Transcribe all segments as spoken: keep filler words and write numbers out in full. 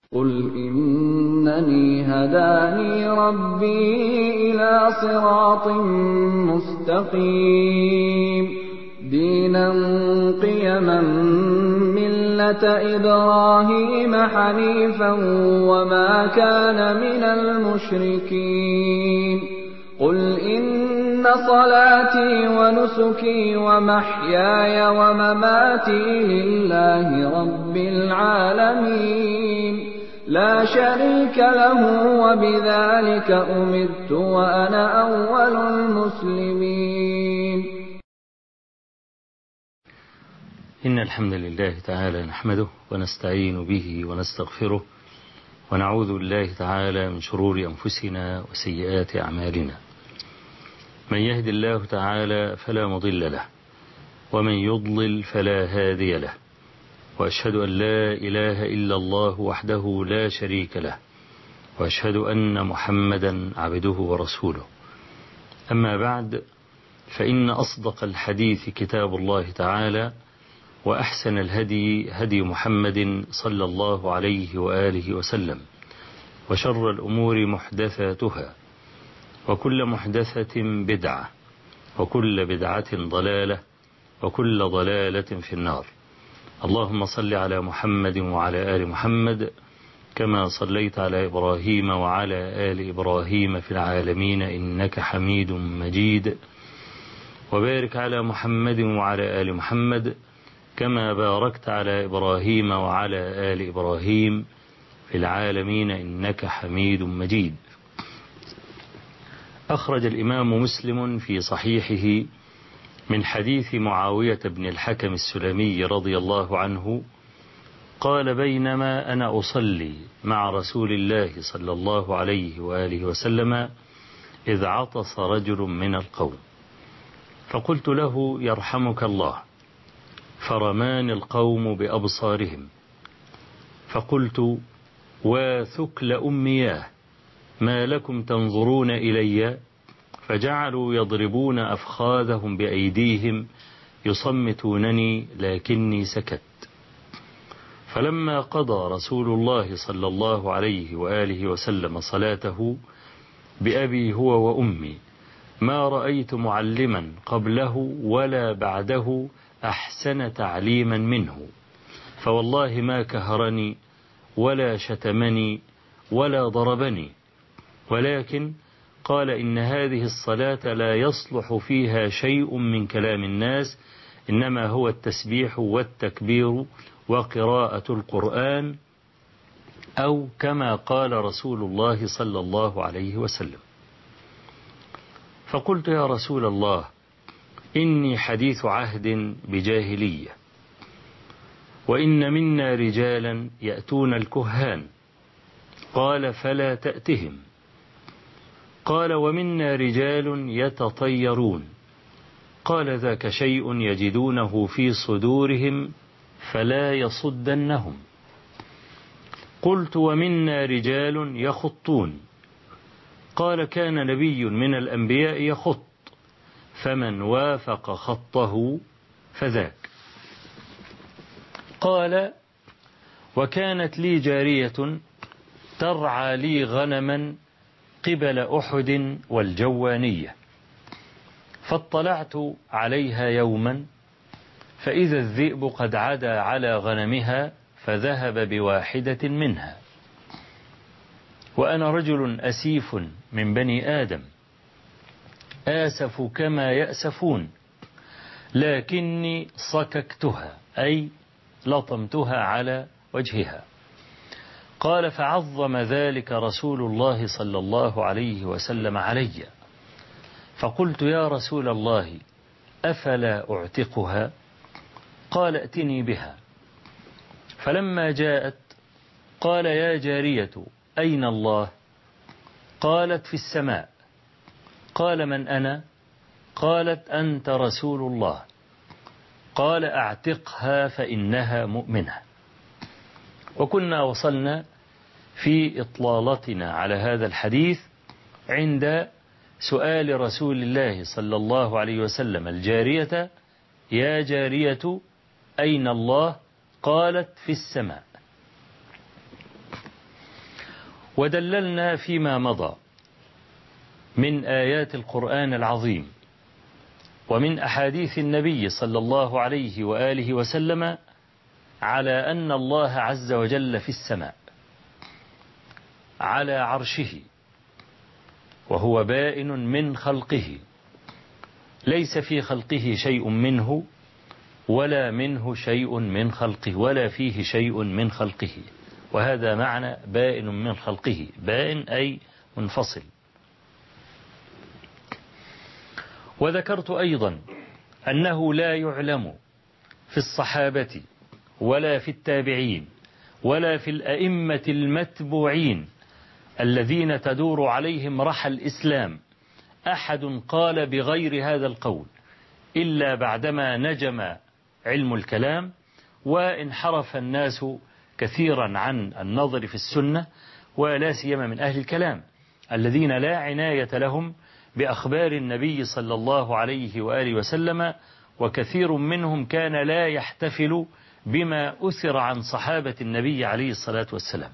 قل إنني هداني ربي إلى صراط مستقيم دينا قيما ملة إبراهيم حنيفا وما كان من المشركين قل إن صلاتي ونسكي ومحياي ومماتي لله رب العالمين لا شريك له وبذلك أمرت وأنا أول المسلمين. إن الحمد لله تعالى نحمده ونستعين به ونستغفره ونعوذ بالله تعالى من شرور أنفسنا وسيئات أعمالنا. من يهد الله تعالى فلا مضل له ومن يضلل فلا هادي له، وأشهد أن لا إله إلا الله وحده لا شريك له، وأشهد أن محمدا عبده ورسوله. أما بعد، فإن أصدق الحديث كتاب الله تعالى، وأحسن الهدي هدي محمد صلى الله عليه وآله وسلم، وشر الأمور محدثاتها، وكل محدثة بدعة، وكل بدعة ضلالة، وكل ضلالة في النار. اللهم صل على محمد وعلى آل محمد كما صليت على إبراهيم وعلى آل إبراهيم في العالمين إنك حميد مجيد، وبارك على محمد وعلى آل محمد كما باركت على إبراهيم وعلى آل إبراهيم في العالمين إنك حميد مجيد. أخرج الإمام مسلم في صحيحه من حديث معاوية بن الحكم السلمي رضي الله عنه قال: بينما أنا أصلي مع رسول الله صلى الله عليه وآله وسلم إذ عطس رجل من القوم، فقلت له: يرحمك الله. فرماني القوم بأبصارهم، فقلت: وثكل أمياه ما لكم تنظرون إلي؟ فجعلوا يضربون أفخاذهم بأيديهم يصمتونني، لكني سكت. فلما قضى رسول الله صلى الله عليه وآله وسلم صلاته بأبي هو وأمي ما رأيت معلما قبله ولا بعده أحسن تعليما منه، فوالله ما كهرني ولا شتمني ولا ضربني، ولكن قال: إن هذه الصلاة لا يصلح فيها شيء من كلام الناس، إنما هو التسبيح والتكبير وقراءة القرآن، أو كما قال رسول الله صلى الله عليه وسلم. فقلت: يا رسول الله، إني حديث عهد بجاهلية، وإن منا رجالا يأتون الكهان. قال: فلا تأتهم. قال: ومنا رجال يتطيرون. قال: ذاك شيء يجدونه في صدورهم فلا يصدنهم. قلت: ومنا رجال يخطون. قال: كان نبي من الأنبياء يخط، فمن وافق خطه فذاك. قال: وكانت لي جارية ترعى لي غنما قبل أحد والجوانية، فاطلعت عليها يوما فإذا الذئب قد عدا على غنمها فذهب بواحدة منها، وأنا رجل أسيف من بني آدم آسف كما يأسفون، لكني صككتها، أي لطمتها على وجهها. قال: فعظم ذلك رسول الله صلى الله عليه وسلم علي، فقلت: يا رسول الله، أفلا أعتقها؟ قال: ائتني بها. فلما جاءت قال: يا جارية، أين الله؟ قالت: في السماء. قال: من أنا؟ قالت: أنت رسول الله. قال: أعتقها فإنها مؤمنة. وكنا وصلنا في إطلالتنا على هذا الحديث عند سؤال رسول الله صلى الله عليه وسلم الجارية: يا جارية أين الله؟ قالت: في السماء. ودللنا فيما مضى من آيات القرآن العظيم ومن أحاديث النبي صلى الله عليه وآله وسلم على أن الله عز وجل في السماء على عرشه، وهو بائن من خلقه، ليس في خلقه شيء منه ولا منه شيء من خلقه ولا فيه شيء من خلقه. وهذا معنى بائن من خلقه، بائن أي منفصل. وذكرت أيضا أنه لا يعلم في الصحابة ولا في التابعين ولا في الأئمة المتبوعين الذين تدور عليهم رحى الإسلام أحد قال بغير هذا القول إلا بعدما نجم علم الكلام وانحرف الناس كثيرا عن النظر في السنة، ولا سيما من أهل الكلام الذين لا عناية لهم بأخبار النبي صلى الله عليه وآله وسلم، وكثير منهم كان لا يحتفل بما أثر عن صحابة النبي عليه الصلاة والسلام.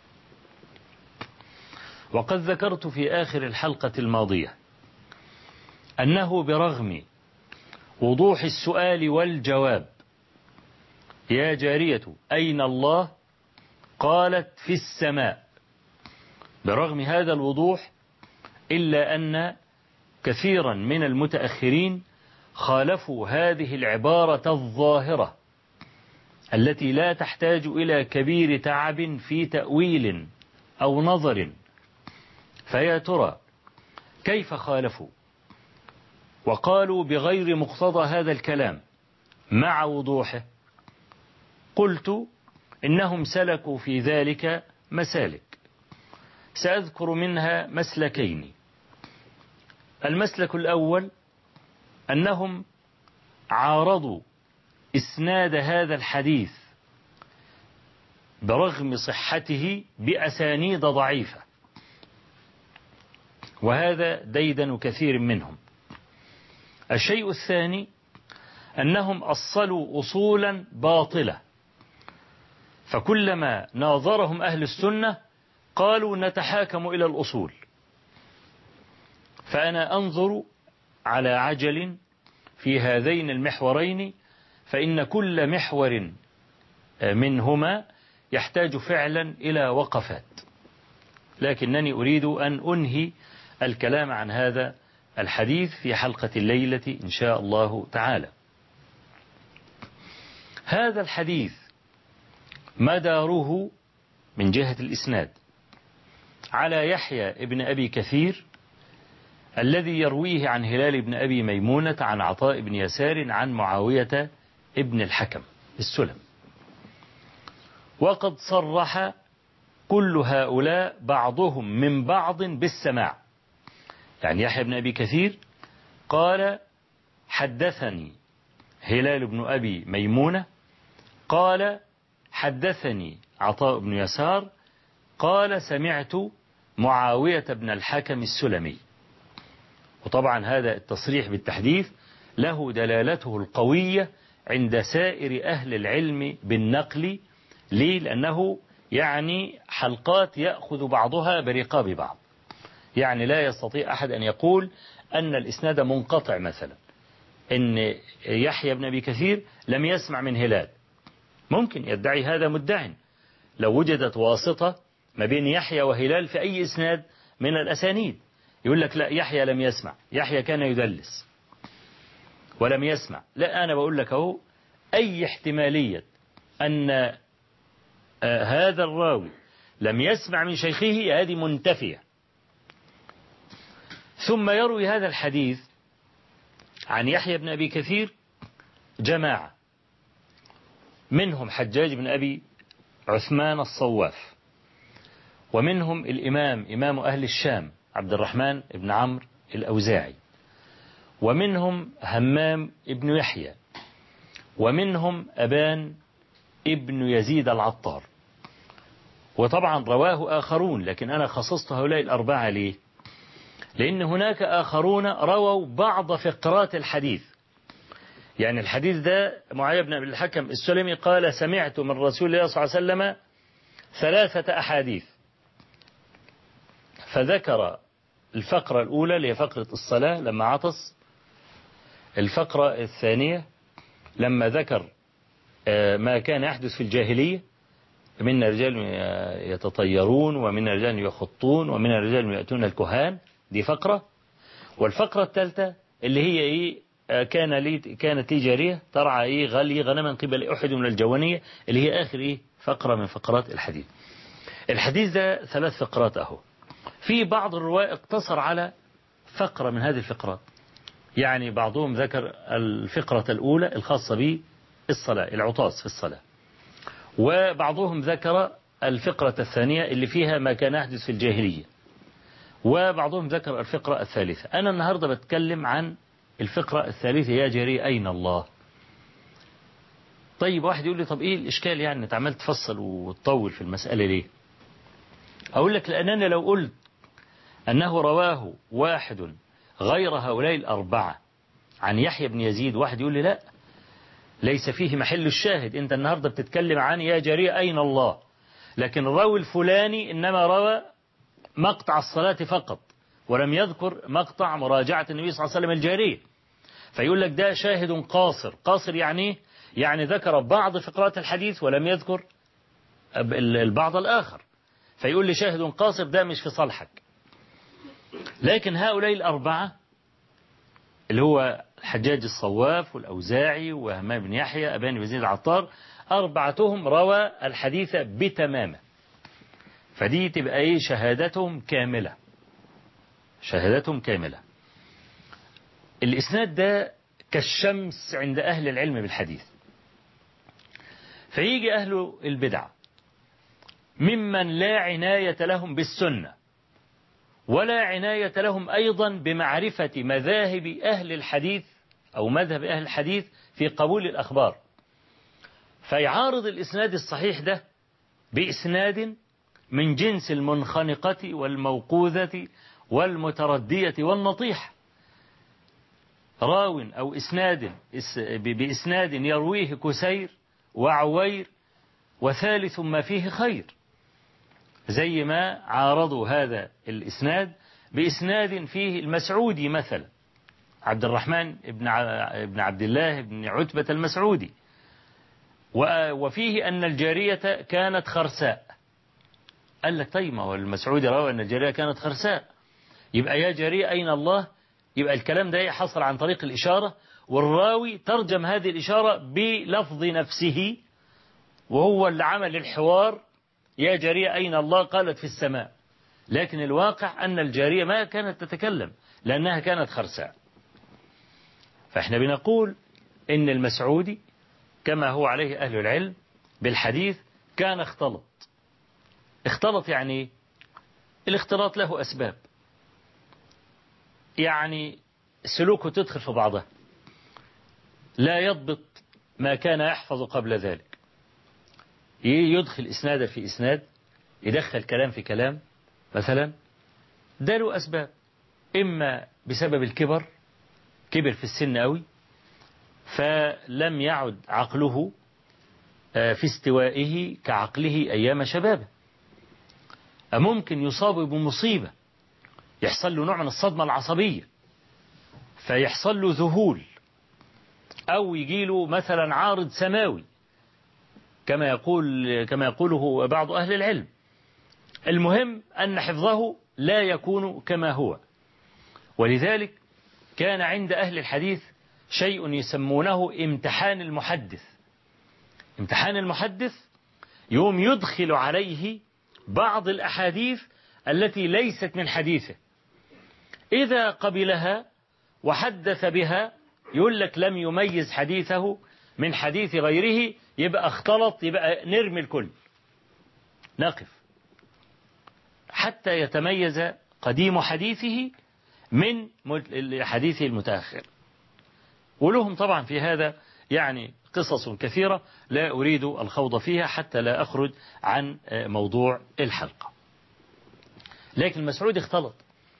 وقد ذكرت في آخر الحلقة الماضية أنه برغم وضوح السؤال والجواب يا جارية أين الله؟ قالت في السماء. برغم هذا الوضوح إلا أن كثيرا من المتأخرين خالفوا هذه العبارة الظاهرة التي لا تحتاج إلى كبير تعب في تأويل أو نظر. فيا ترى كيف خالفوا وقالوا بغير مقتضى هذا الكلام مع وضوحه؟ قلت إنهم سلكوا في ذلك مسالك، سأذكر منها مسلكين. المسلك الأول أنهم عارضوا إسناد هذا الحديث برغم صحته بأسانيد ضعيفة، وهذا ديدن كثير منهم. الشيء الثاني أنهم أصلوا أصولا باطلة، فكلما ناظرهم أهل السنة قالوا نتحاكم إلى الأصول. فأنا أنظر على عجل في هذين المحورين، فإن كل محور منهما يحتاج فعلا إلى وقفات، لكنني أريد أن أنهي الكلام عن هذا الحديث في حلقة الليلة إن شاء الله تعالى. هذا الحديث مداره من جهة الإسناد على يحيى ابن أبي كثير الذي يرويه عن هلال بن أبي ميمونة عن عطاء بن يسار عن معاوية ابن الحكم السلم. وقد صرح كل هؤلاء بعضهم من بعض بالسماع. يعني يحيى بن أبي كثير قال حدثني هلال بن أبي ميمونة، قال حدثني عطاء بن يسار، قال سمعت معاوية بن الحكم السلمي. وطبعا هذا التصريح بالتحديث له دلالته القوية عند سائر أهل العلم بالنقل. ليه؟ لأنه يعني حلقات يأخذ بعضها برقاب بعض. يعني لا يستطيع أحد أن يقول أن الإسناد منقطع، مثلا إن يحيى بن أبي كثير لم يسمع من هلال. ممكن يدعي هذا مدع لو وجدت واسطة ما بين يحيى وهلال في أي إسناد من الأسانيد، يقول لك لا يحيى لم يسمع، يحيى كان يدلس ولم يسمع. لا، أنا بقول لك أهو أي احتمالية أن آه هذا الراوي لم يسمع من شيخه هذه منتفية. ثم يروي هذا الحديث عن يحيى بن أبي كثير جماعة، منهم حجاج بن أبي عثمان الصواف، ومنهم الإمام إمام أهل الشام عبد الرحمن بن عمرو الأوزاعي، ومنهم همام ابن يحيى، ومنهم أبان ابن يزيد العطار. وطبعا رواه آخرون، لكن أنا خصصت هؤلاء الأربعة ليه؟ لأن هناك آخرون رووا بعض فقرات الحديث. يعني الحديث ده معاوية بن أبي الحكم السلمي قال سمعت من رسول الله صلى الله عليه وسلم ثلاثة أحاديث، فذكر الفقرة الأولى اللي هي فقرة الصلاة لما عطس، الفقرة الثانية لما ذكر ما كان يحدث في الجاهلية من رجال يتطيرون ومن رجال يخطون ومن رجال يأتون الكهان، دي فقرة. والفقرة الثالثة اللي هي إيه كان لي كانت لي جارية ترعى إيه غلي غنما قبل أحد من الجوانية، اللي هي آخر إيه فقرة من فقرات الحديث. الحديث ده ثلاث فقرات أهو. في بعض الرواة اقتصر على فقرة من هذه الفقرات، يعني بعضهم ذكر الفقرة الأولى الخاصة بالصلاة، العطاس في الصلاة، وبعضهم ذكر الفقرة الثانية اللي فيها ما كان يحدث في الجاهلية، وبعضهم ذكر الفقرة الثالثة. أنا النهاردة بتكلم عن الفقرة الثالثة، يا جري أين الله. طيب واحد يقول لي طب إيه الإشكال يعني أنت عمال تفصل وتطول في المسألة ليه؟ أقول لك لأننا لو قلت أنه رواه واحد غير هؤلاء الأربعة عن يحيى بن يزيد، واحد يقول لي لا ليس فيه محل الشاهد، أنت النهاردة بتتكلم عن يا جري أين الله، لكن الراوي الفلاني إنما روى مقطع الصلاة فقط ولم يذكر مقطع مراجعة النبي صلى الله عليه وسلم الجارية، فيقول لك ده شاهد قاصر. قاصر يعني يعني ذكر بعض فقرات الحديث ولم يذكر البعض الآخر، فيقول لي شاهد قاصر، ده مش في صالحك. لكن هؤلاء الأربعة اللي هو الحجاج الصواف والأوزاعي وهمام بن يحيى أبان بن زيد العطار، أربعتهم روى الحديث بتمامه، فدي تبقى ايه شهادتهم كاملة، شهادتهم كاملة. الإسناد ده كالشمس عند أهل العلم بالحديث، فيجي أهل البدع ممن لا عناية لهم بالسنة ولا عناية لهم أيضا بمعرفة مذاهب أهل الحديث أو مذهب أهل الحديث في قبول الأخبار، فيعارض الإسناد الصحيح ده بإسناد من جنس المنخنقة والموقوذة والمتردية والنطيح، راو أو إسناد بإسناد يرويه كسير وعوير وثالث ما فيه خير، زي ما عارضوا هذا الإسناد بإسناد فيه المسعودي مثلا عبد الرحمن بن عبد الله بن عتبة المسعودي، وفيه أن الجارية كانت خرساء. قال لك طيب ما هو المسعودي روى أن الجارية كانت خرساء، يبقى يا جارية أين الله، يبقى الكلام ده حصل عن طريق الإشارة، والراوي ترجم هذه الإشارة بلفظ نفسه، وهو اللي عمل الحوار يا جارية أين الله قالت في السماء، لكن الواقع أن الجارية ما كانت تتكلم لأنها كانت خرساء. فإحنا بنقول إن المسعودي كما هو عليه أهل العلم بالحديث كان اختلط. اختلط يعني الاختلاط له أسباب، يعني سلوكه تدخل في بعضها، لا يضبط ما كان يحفظ قبل ذلك، يدخل إسنادا في إسناد، يدخل كلام في كلام مثلا، ده له أسباب، إما بسبب الكبر، كبر في السن قوي فلم يعد عقله في استوائه كعقله أيام شبابه، ممكن يصاب بمصيبة يحصل له نوع من الصدمة العصبية فيحصل له ذهول، أو يجيله مثلا عارض سماوي كما يقول كما يقوله بعض أهل العلم. المهم أن حفظه لا يكون كما هو، ولذلك كان عند أهل الحديث شيء يسمونه امتحان المحدث. امتحان المحدث يوم يدخل عليه بعض الأحاديث التي ليست من حديثه، إذا قبلها وحدث بها يقول لك لم يميز حديثه من حديث غيره، يبقى اختلط، يبقى نرمي الكل، نقف حتى يتميز قديم حديثه من حديثه المتأخر. ولهم طبعا في هذا يعني قصص كثيرة لا أريد الخوض فيها حتى لا أخرج عن موضوع الحلقة. لكن المسعود اختلط.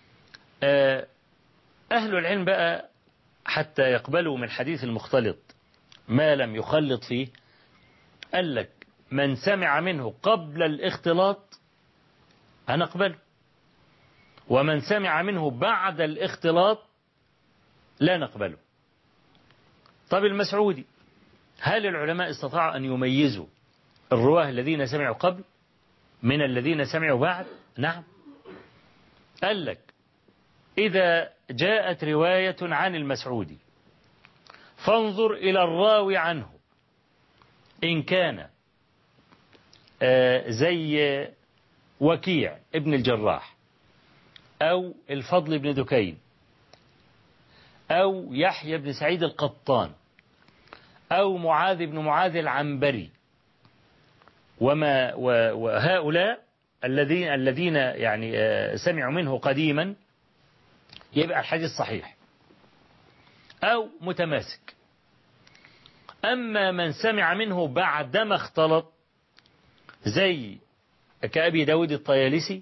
أهل العلم بقى حتى يقبلوا من الحديث المختلط ما لم يخلط فيه، قال لك من سمع منه قبل الاختلاط هنقبله، ومن سمع منه بعد الاختلاط لا نقبله. طب المسعودي، هل العلماء استطاعوا أن يميزوا الرواه الذين سمعوا قبل من الذين سمعوا بعد؟ نعم. قال لك إذا جاءت رواية عن المسعودي فانظر إلى الراوي عنه، إن كان زي وكيع ابن الجراح أو الفضل بن دكين أو يحيى بن سعيد القطان أو معاذ بن معاذ العنبري وما وهؤلاء الذين الذين يعني سمعوا منه قديما، يبقى الحديث صحيح أو متماسك. أما من سمع منه بعدما اختلط زي كأبي داود الطيالسي،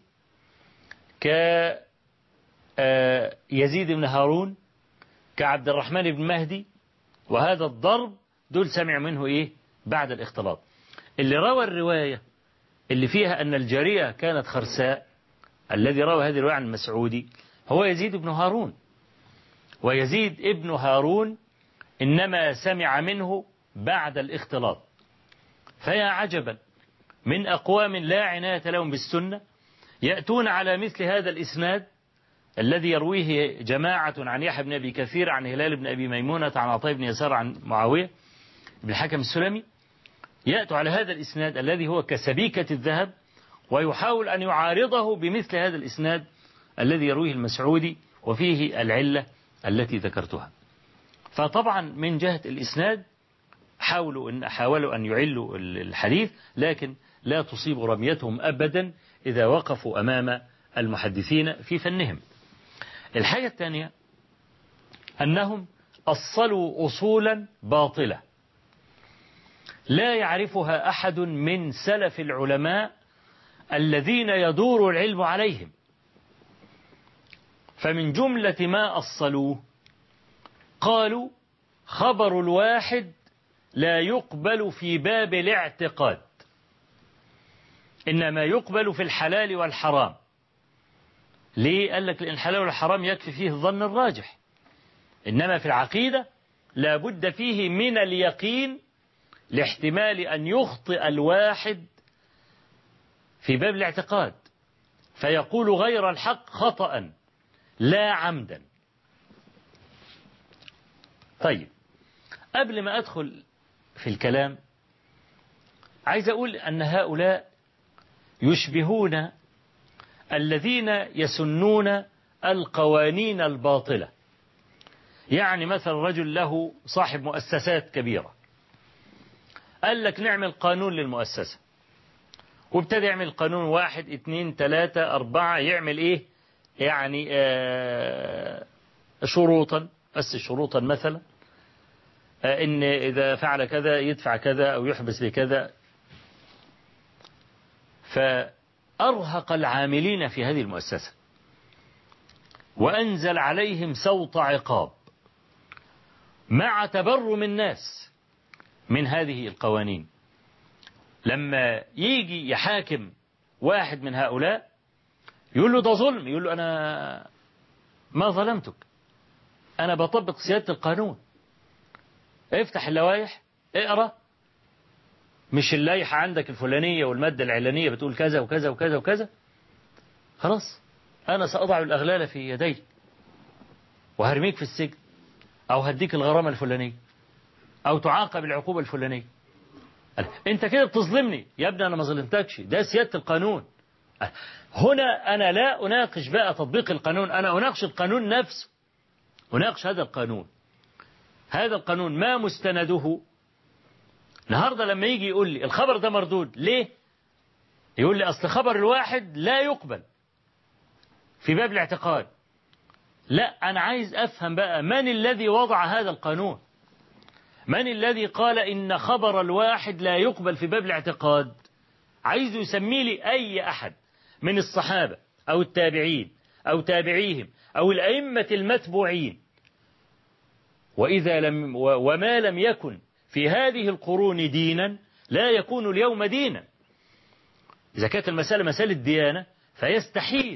كيزيد بن هارون، كعبد الرحمن بن مهدي، وهذا الضرب دول سمع منه إيه بعد الاختلاط. اللي روى الرواية اللي فيها أن الجارية كانت خرساء، الذي روى هذه الرواية عن المسعودي هو يزيد بن هارون، ويزيد ابن هارون إنما سمع منه بعد الاختلاط. فيا عجبا من أقوام لا عناية لهم بالسنة يأتون على مثل هذا الإسناد الذي يرويه جماعة عن يحيى بن أبي كثير عن هلال بن أبي ميمونة عن عطاء بن يسار عن معاوية بن الحكم السلمي، يأتوا على هذا الإسناد الذي هو كسبيكة الذهب ويحاول أن يعارضه بمثل هذا الإسناد الذي يرويه المسعودي وفيه العلة التي ذكرتها. فطبعا من جهة الإسناد حاولوا أن حاولوا أن يعلوا الحديث، لكن لا تصيب رميتهم أبدا إذا وقفوا أمام المحدثين في فنهم. الحاجة الثانية أنهم أصلوا أصولا باطلة لا يعرفها أحد من سلف العلماء الذين يدور العلم عليهم. فمن جملة ما أصلوه قالوا خبر الواحد لا يقبل في باب الاعتقاد، إنما يقبل في الحلال والحرام. ليه؟ قال لك لأن الحلال والحرام يكفي فيه الظن الراجح، إنما في العقيدة لا بد فيه من اليقين لاحتمال أن يخطئ الواحد في باب الاعتقاد فيقول غير الحق خطأ لا عمدا. طيب، قبل ما أدخل في الكلام عايز أقول أن هؤلاء يشبهون الذين يسنون القوانين الباطلة. يعني مثلا رجل له صاحب مؤسسات كبيرة قال لك نعمل قانون للمؤسسة، وابتدى يعمل قانون واحد اثنين ثلاثة أربعة، يعمل إيه يعني آه شروطا، بس شروطا مثلا آه إن إذا فعل كذا يدفع كذا أو يحبس بكذا. فأرهق العاملين في هذه المؤسسة وأنزل عليهم سوط عقاب مع تبرم الناس من هذه القوانين. لما يجي يحاكم واحد من هؤلاء يقول له ده ظلم، يقول له أنا ما ظلمتك، أنا بطبق سيادة القانون. افتح اللوائح اقرأ، مش اللائحة عندك الفلانية والمادة العلانية بتقول كذا وكذا وكذا وكذا، خلاص أنا سأضع الأغلال في يدي وهرميك في السجن أو هديك الغرامة الفلانية أو تعاقب العقوبة الفلانية. أنت كده بتظلمني يا ابني، أنا ما ظلمتكش، ده سيادة القانون. هنا أنا لا أناقش بقى تطبيق القانون، أنا أناقش القانون نفسه، أناقش هذا القانون. هذا القانون ما مستنده؟ النهاردة لما يجي يقول لي الخبر ده مردود ليه؟ يقول لي أصل خبر الواحد لا يقبل في باب الاعتقاد. لا، أنا عايز أفهم بقى من الذي وضع هذا القانون، من الذي قال إن خبر الواحد لا يقبل في باب الاعتقاد. عايز يسمي لي أي أحد من الصحابة أو التابعين أو تابعيهم أو الأئمة المتبوعين، وإذا لم وما لم يكن في هذه القرون دينا لا يكون اليوم دينا. إذا كانت المسألة مسألة ديانة فيستحيل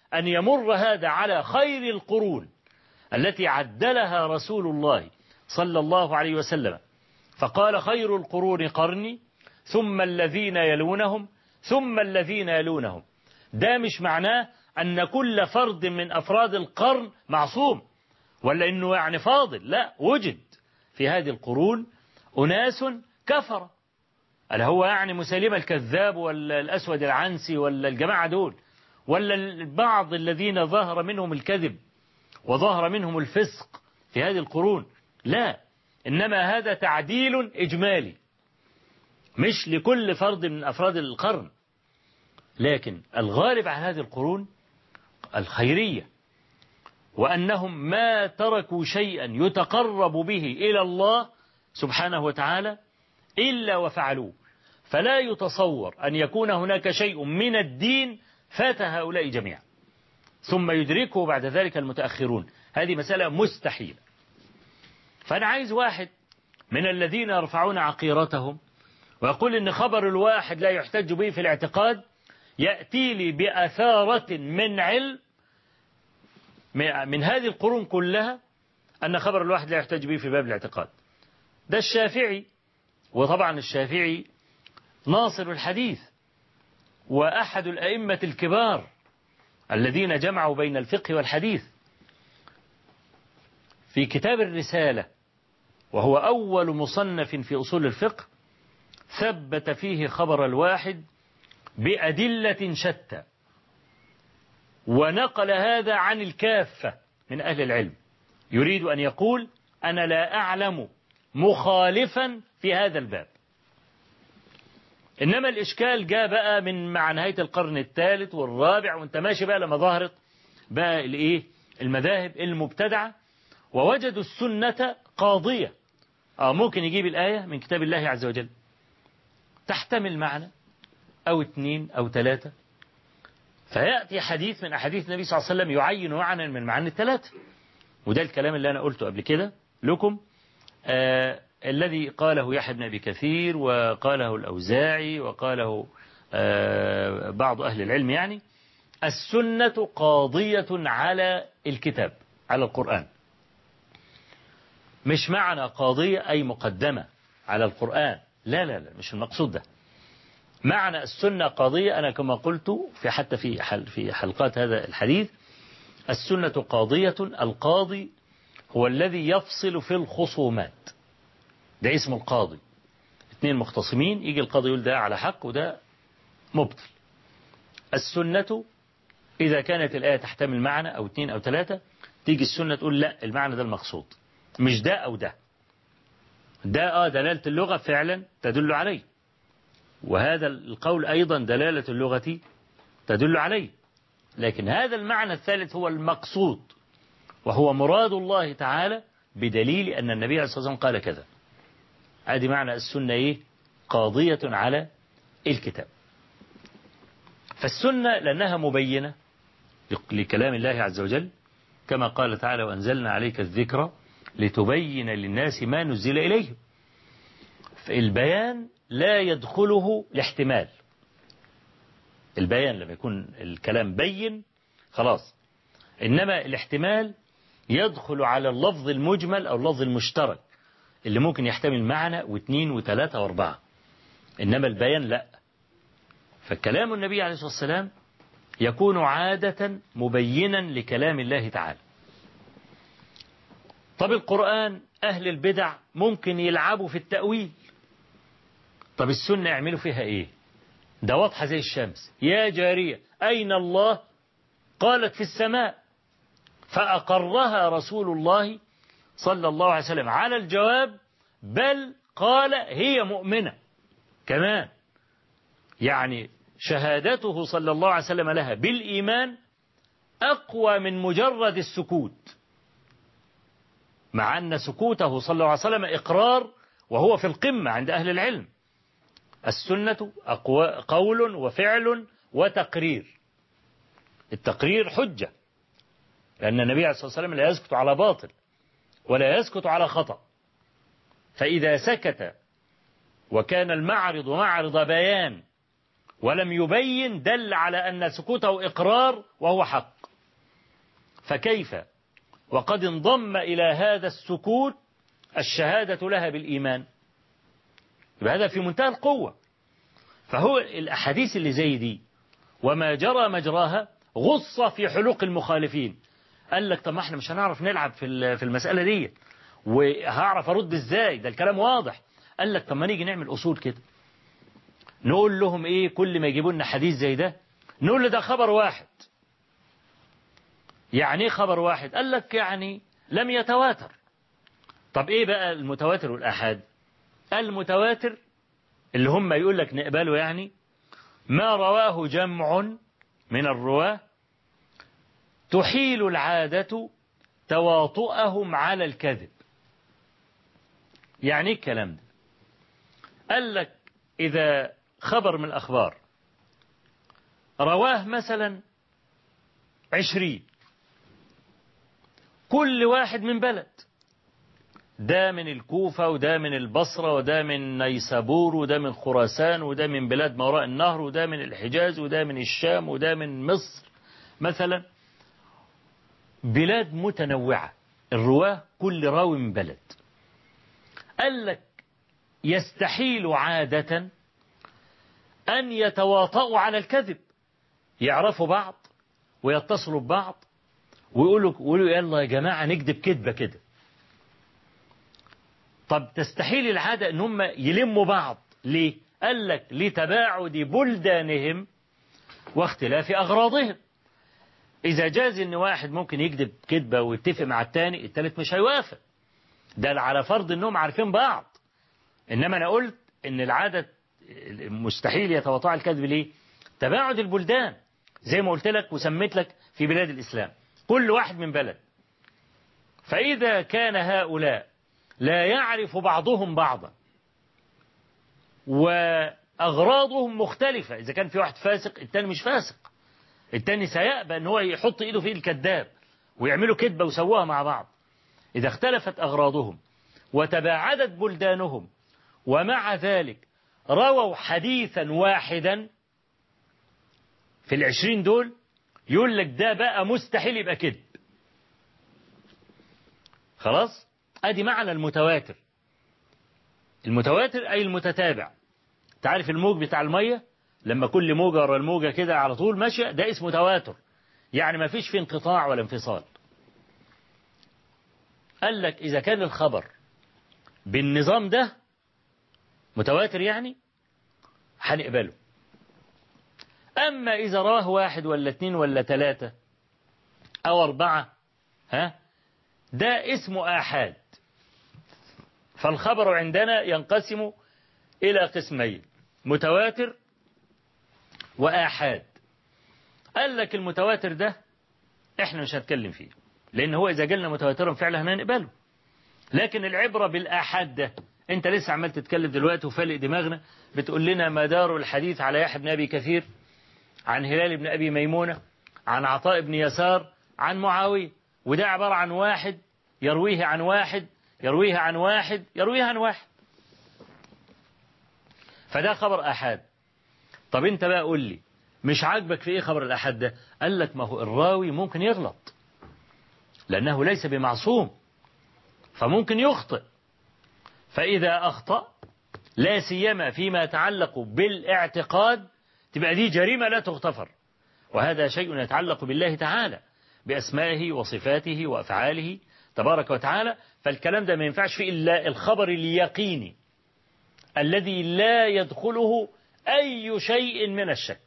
أن يمر هذا على خير القرون التي عدلها رسول الله صلى الله عليه وسلم، فقال خير القرون قرني ثم الذين يلونهم ثم الذين يلونهم. ده مش معناه أن كل فرد من أفراد القرن معصوم ولا أنه يعني فاضل، لا، وجد في هذه القرون أناس كفر، اللي هو يعني مسيلمة الكذاب ولا الأسود العنسي ولا الجماعة دول، ولا البعض الذين ظهر منهم الكذب وظهر منهم الفسق في هذه القرون، لا، إنما هذا تعديل إجمالي مش لكل فرد من أفراد القرن، لكن الغالب على هذه القرون الخيرية، وأنهم ما تركوا شيئا يتقرب به إلى الله سبحانه وتعالى إلا وفعلوه، فلا يتصور أن يكون هناك شيء من الدين فات هؤلاء جميعا ثم يدركه بعد ذلك المتأخرون، هذه مسألة مستحيلة. فأنا عايز واحد من الذين يرفعون عقيرتهم ويقول إن خبر الواحد لا يحتج به في الاعتقاد يأتي لي بأثارة من علم من هذه القرون كلها أن خبر الواحد لا يحتج به في باب الاعتقاد. ده الشافعي، وطبعا الشافعي ناصر الحديث وأحد الأئمة الكبار الذين جمعوا بين الفقه والحديث. في كتاب الرسالة وهو أول مصنف في أصول الفقه ثبت فيه خبر الواحد بأدلة شتى، ونقل هذا عن الكافة من أهل العلم، يريد أن يقول أنا لا أعلم مخالفا في هذا الباب. إنما الإشكال جاء بقى من مع نهاية القرن الثالث والرابع، وانت ماشي بقى لما ظهرت بقى الإيه المذاهب المبتدعة، ووجدوا السنة قاضية. آه ممكن يجيب الآية من كتاب الله عز وجل تحتمل معنى أو اثنين أو ثلاثة، فيأتي حديث من أحاديث النبي صلى الله عليه وسلم يعين معنى من معاني الثلاثة. وده الكلام اللي أنا قلته قبل كده لكم، آه الذي قاله يحيى بن أبي كثير وقاله الأوزاعي وقاله آه بعض أهل العلم، يعني السنة قاضية على الكتاب، على القرآن. مش معنى قاضية أي مقدمة على القرآن، لا لا لا، مش المقصود ده. معنى السنة قاضية، أنا كما قلت في حتى في حل في حلقات هذا الحديث، السنة قاضية، القاضي هو الذي يفصل في الخصومات، ده اسم القاضي. اثنين مختصمين يجي القاضي يقول ده على حق وده مبطل. السنة إذا كانت الآية تحتمل معنى أو اثنين أو ثلاثة، تيجي السنة تقول لا، المعنى ده المقصود، مش ده أو ده. ده آه دلالة اللغة فعلا تدل عليه، وهذا القول أيضا دلالة اللغة تدل عليه، لكن هذا المعنى الثالث هو المقصود، وهو مراد الله تعالى بدليل أن النبي عليه الصلاة والسلام قال كذا. هذه معنى السنة إيه؟ قاضية على الكتاب. فالسنة لأنها مبينة لكلام الله عز وجل، كما قال تعالى وأنزلنا عليك الذكر لتبين للناس ما نزل إليهم. فالبيان لا يدخله الاحتمال، البيان لما يكون الكلام بين خلاص، إنما الاحتمال يدخل على اللفظ المجمل أو اللفظ المشترك اللي ممكن يحتمل معنى واثنين وثلاثة واربعة، إنما البيان لا. فكلام النبي عليه الصلاة والسلام يكون عادة مبينا لكلام الله تعالى. طب القرآن أهل البدع ممكن يلعبوا في التأويل، طب السنة يعملوا فيها إيه؟ ده واضحة زي الشمس. يا جارية أين الله؟ قالت في السماء، فأقرها رسول الله صلى الله عليه وسلم على الجواب، بل قال هي مؤمنة كمان. يعني شهادته صلى الله عليه وسلم لها بالإيمان أقوى من مجرد السكوت، مع أن سكوته صلى الله عليه وسلم إقرار وهو في القمة عند أهل العلم. السنة أقوى قول وفعل وتقرير. التقرير حجة، لأن النبي عليه الصلاة والسلام لا يسكت على باطل ولا يسكت على خطأ، فإذا سكت وكان المعرض معرض بيان ولم يبين دل على أن سكوته إقرار وهو حق. فكيف وقد انضم إلى هذا السكوت الشهادة لها بالإيمان؟ هذا في منتهى القوة. فهو الأحاديث اللي زي دي وما جرى مجراها غصة في حلوق المخالفين. قال لك طب ما احنا مش هنعرف نلعب في في المسألة دي، وهعرف أرد إزاي؟ ده الكلام واضح. قال لك طب ما نيجي نعمل أصول كده، نقول لهم إيه كل ما يجيبوا لنا حديث زي ده نقول له ده خبر واحد. يعني إيه خبر واحد؟ قال لك يعني لم يتواتر. طب إيه بقى المتواتر والآحاد؟ المتواتر اللي هم يقول لك نقبله يعني ما رواه جمع من الرواة تحيل العادة تواطؤهم على الكذب. يعني الكلام ده قال لك إذا خبر من الأخبار رواه مثلا عشرين، كل واحد من بلد، ده من الكوفة وده من البصرة وده من نيسابور وده من خراسان وده من بلاد ما وراء النهر وده من الحجاز وده من الشام وده من مصر مثلا، بلاد متنوعة، الرواه كل راوي من بلد. قال لك يستحيل عادة أن يتواطؤوا على الكذب، يعرفوا بعض ويتصلوا ببعض ويقولوا يقولوا يلا يا جماعة نكذب كذبة كده. طب تستحيل العادة ان هم يلموا بعض ليه؟ قال لك لتباعد بلدانهم واختلاف أغراضهم. إذا جاز ان واحد ممكن يكذب كذبة ويتفق مع التاني، التالت مش هيوافق، ده على فرض انهم عارفين بعض. انما انا قلت ان العادة مستحيل يتواطأ الكذب ليه؟ تباعد البلدان، زي ما قلت لك وسميت لك في بلاد الإسلام كل واحد من بلد. فإذا كان هؤلاء لا يعرف بعضهم بعضا وأغراضهم مختلفة، إذا كان في واحد فاسق التاني مش فاسق، التاني سيأبى أن هو يحط إيده في الكذاب ويعملوا كذبة وسووها مع بعض. إذا اختلفت أغراضهم وتباعدت بلدانهم ومع ذلك رووا حديثا واحدا في العشرين دول، يقول لك ده بقى مستحيل يبقى كذب. خلاص؟ ادي معنى المتواتر. المتواتر اي المتتابع. تعرف الموج بتاع المية لما كل موجة ورا الموجة كده على طول ماشية، ده اسمه تواتر، يعني ما فيش فيه انقطاع ولا انفصال. قال لك اذا كان الخبر بالنظام ده متواتر يعني هنقبله. اما اذا رواه واحد ولا اتنين ولا تلاتة او اربعة، ها، ده اسمه آحاد. فالخبر عندنا ينقسم إلى قسمين، متواتر وآحاد. قال لك المتواتر ده احنا مش هنتكلم فيه، لأن هو إذا قلنا متواترا فعلا هنقبله. لكن العبرة بالآحاد ده، انت لسه عمال تتكلم دلوقتي وفالق دماغنا بتقول لنا مدار الحديث على يحيى بن أبي كثير عن هلال بن أبي ميمونة عن عطاء بن يسار عن معاوية، وده عبارة عن واحد يرويه عن واحد يرويه عن واحد يرويه عن واحد، فده خبر أحد. طب انت بقى قول لي مش عاجبك في ايه خبر الأحد ده؟ قال لك ما هو الراوي ممكن يغلط لأنه ليس بمعصوم، فممكن يخطئ. فإذا أخطأ لا سيما فيما يتعلق بالاعتقاد تبقى دي جريمة لا تغتفر، وهذا شيء يتعلق بالله تعالى بأسمائه وصفاته وأفعاله تبارك وتعالى. فالكلام ده ما ينفعش فيه إلا الخبر اليقيني الذي لا يدخله أي شيء من الشك.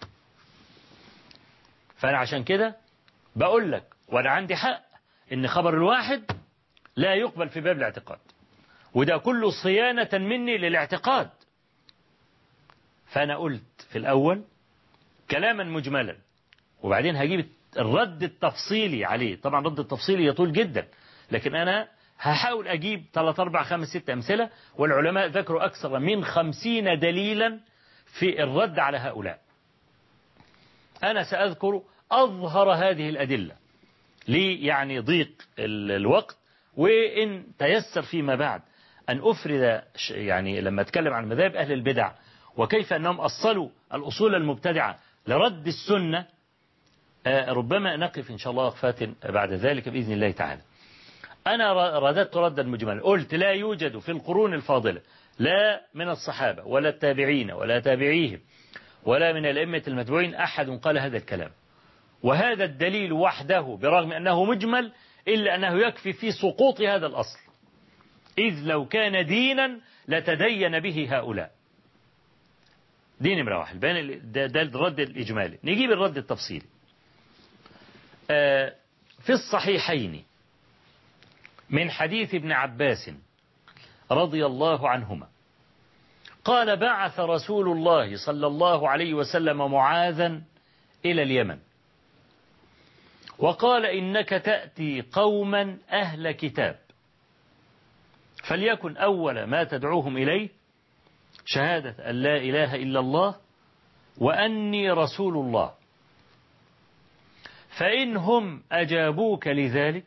فأنا عشان كده بقول لك وأنا عندي حق إن خبر الواحد لا يقبل في باب الاعتقاد، وده كله صيانة مني للاعتقاد. فأنا قلت في الأول كلاما مجملا وبعدين هجيب الرد التفصيلي عليه. طبعا الرد التفصيلي يطول جدا، لكن أنا هحاول أجيب ثلاثة أربعة خمس ست أمثلة، والعلماء ذكروا أكثر من خمسين دليلا في الرد على هؤلاء. أنا سأذكر أظهر هذه الأدلة لي يعني ضيق الوقت، وإن تيسر فيما بعد أن أفرد يعني لما أتكلم عن مذاهب أهل البدع وكيف أنهم أصلوا الأصول المبتدعة لرد السنة. ربما نقف إن شاء الله وقفات بعد ذلك بإذن الله تعالى. أنا رددت ردا مجملا، قلت لا يوجد في القرون الفاضلة لا من الصحابة ولا التابعين ولا تابعيهم ولا من الأئمة المتبوعين أحد قال هذا الكلام، وهذا الدليل وحده برغم أنه مجمل إلا أنه يكفي في سقوط هذا الأصل، إذ لو كان دينا لتدين به هؤلاء. دي نمرة واحد، ده, ده الرد الإجمالي. نجيب الرد التفصيلي. آه في الصحيحين من حديث ابن عباس رضي الله عنهما قال بعث رسول الله صلى الله عليه وسلم معاذا إلى اليمن وقال إنك تأتي قوما أهل كتاب فليكن أول ما تدعوهم إليه شهادة أن لا إله إلا الله وأني رسول الله، فإنهم أجابوك لذلك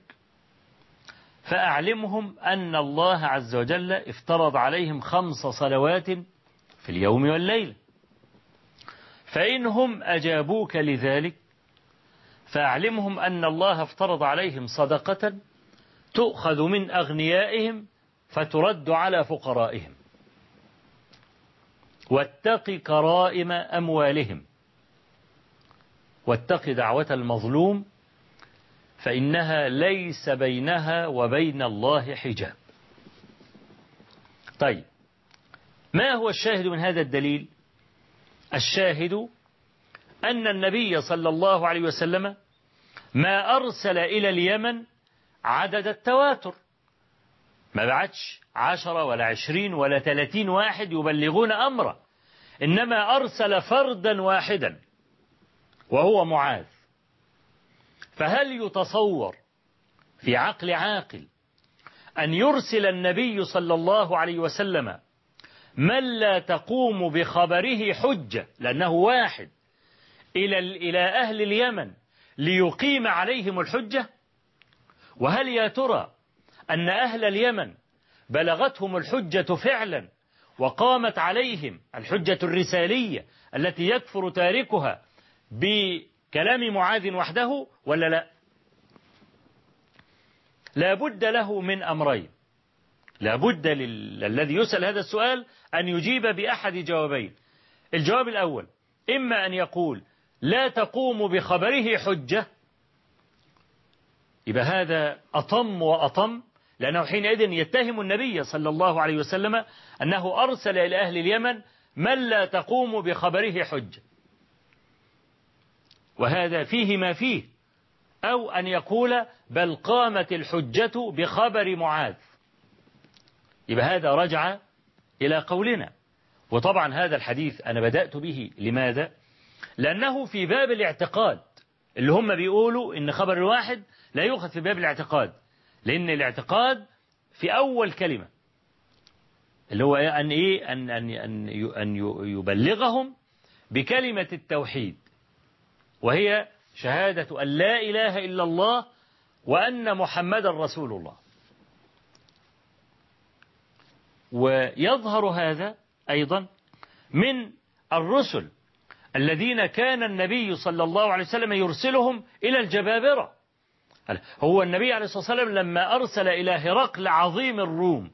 فأعلمهم أن الله عز وجل افترض عليهم خمس صلوات في اليوم والليلة، فإنهم أجابوك لذلك فأعلمهم أن الله افترض عليهم صدقة تؤخذ من أغنيائهم فترد على فقرائهم، واتق كرائم أموالهم، واتق دعوة المظلوم فإنها ليس بينها وبين الله حجاب. طيب، ما هو الشاهد من هذا الدليل؟ الشاهد أن النبي صلى الله عليه وسلم ما أرسل إلى اليمن عدد التواتر، ما بعدش عشرة ولا عشرين ولا ثلاثين واحد يبلغون أمره، إنما أرسل فردا واحدا وهو معاذ. فهل يتصور في عقل عاقل أن يرسل النبي صلى الله عليه وسلم من لا تقوم بخبره حجة لأنه واحد إلى إلى أهل اليمن ليقيم عليهم الحجة؟ وهل يا ترى أن أهل اليمن بلغتهم الحجة فعلا وقامت عليهم الحجة الرسالية التي يكفر تاركها بكلام معاذ وحده ولا لا؟ لا بد له من أمرين، لا بد للذي يسأل هذا السؤال أن يجيب بأحد جوابين. الجواب الأول إما أن يقول لا تقوم بخبره حجة، يبقى هذا أطم وأطم، لأنه حينئذ يتهم النبي صلى الله عليه وسلم أنه أرسل إلى أهل اليمن من لا تقوم بخبره حجة، وهذا فيه ما فيه. أو أن يقول بل قامت الحجة بخبر معاذ، يبقى هذا رجع إلى قولنا. وطبعا هذا الحديث أنا بدأت به لماذا؟ لأنه في باب الاعتقاد اللي هم بيقولوا إن خبر الواحد لا يؤخذ في باب الاعتقاد، لأن الاعتقاد في أول كلمة اللي هو أن إيه أن أن أن أن يبلغهم بكلمة التوحيد، وهي شهادة أن لا إله إلا الله وأن محمد رسول الله. ويظهر هذا أيضا من الرسل الذين كان النبي صلى الله عليه وسلم يرسلهم إلى الجبابرة. هو النبي عليه الصلاة والسلام لما أرسل إلى هرقل عظيم الروم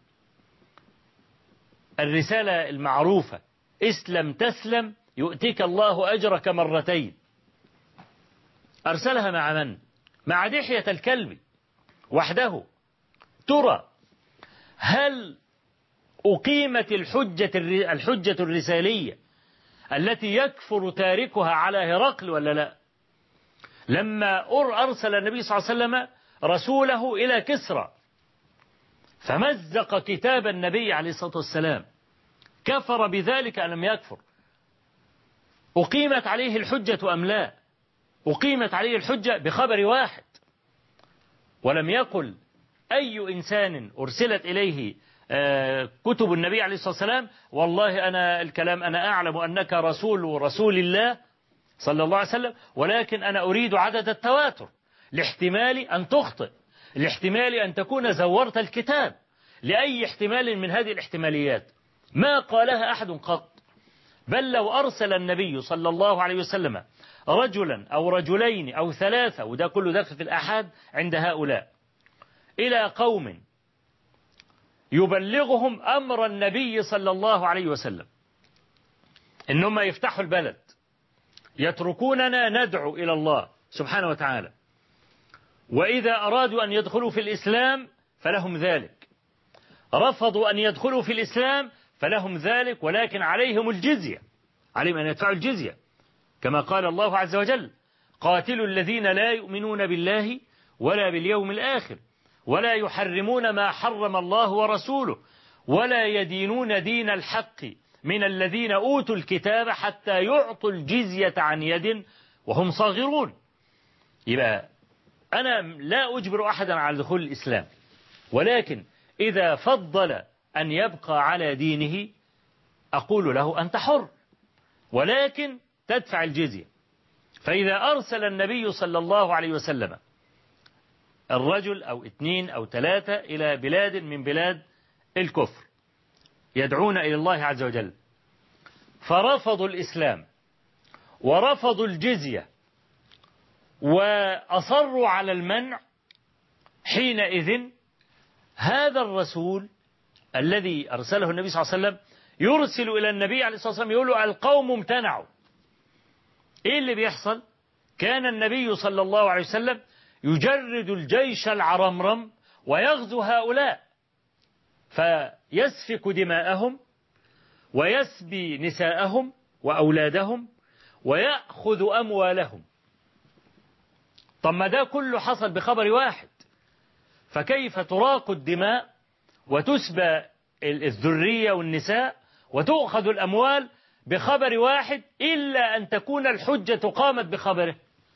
الرسالة المعروفة اسلم تسلم يؤتيك الله أجرك مرتين، أرسلها مع من؟ مع دحية الكلب وحده. ترى هل أقيمت الحجة الحجة الرسالية التي يكفر تاركها على هرقل ولا لا؟ لما أرسل النبي صلى الله عليه وسلم رسوله إلى كسرى فمزق كتاب النبي عليه الصلاة والسلام، كفر بذلك أم لم يكفر؟ أقيمت عليه الحجة أم لا؟ أقيمت عليه الحجة بخبر واحد، ولم يقل أي إنسان أرسلت إليه كتب النبي عليه الصلاة والسلام والله أنا الكلام أنا أعلم أنك رسول رسول الله صلى الله عليه وسلم، ولكن أنا أريد عدد التواتر لاحتمال أن تخطئ، لاحتمال أن تكون زورت الكتاب، لأي احتمال من هذه الاحتماليات. ما قالها أحد قط، بل لو أرسل النبي صلى الله عليه وسلم رجلا أو رجلين أو ثلاثة، وده كله داخل في الآحاد عند هؤلاء، إلى قوم يبلغهم أمر النبي صلى الله عليه وسلم إنهم يفتحوا البلد، يتركوننا ندعو إلى الله سبحانه وتعالى، وإذا أرادوا أن يدخلوا في الإسلام فلهم ذلك، رفضوا أن يدخلوا في الإسلام فلهم ذلك، ولكن عليهم الجزية، عليهم أن يدفعوا الجزية، كما قال الله عز وجل: قاتلوا الذين لا يؤمنون بالله ولا باليوم الآخر ولا يحرمون ما حرم الله ورسوله ولا يدينون دين الحق من الذين أوتوا الكتاب حتى يعطوا الجزية عن يد وهم صاغرون. يبقى أنا لا أجبر أحدا على دخول الإسلام، ولكن إذا فضل أن يبقى على دينه أقول له أنت حر، ولكن تدفع الجزية. فإذا أرسل النبي صلى الله عليه وسلم الرجل أو اثنين أو ثلاثة إلى بلاد من بلاد الكفر يدعون إلى الله عز وجل، فرفضوا الإسلام ورفضوا الجزية وأصروا على المنع، حينئذ هذا الرسول الذي أرسله النبي صلى الله عليه وسلم يرسل إلى النبي عليه الصلاة والسلام يقول له القوم امتنعوا. إيه اللي بيحصل؟ كان النبي صلى الله عليه وسلم يجرد الجيش العرمرم ويغزو هؤلاء فيسفك دماءهم ويسبي نساءهم وأولادهم ويأخذ أموالهم. طب ما ده كله حصل بخبر واحد، فكيف تراق الدماء وتسبى الذرية والنساء وتؤخذ الأموال بخبر واحد، إلا أن تكون الحجة قامت بخبره،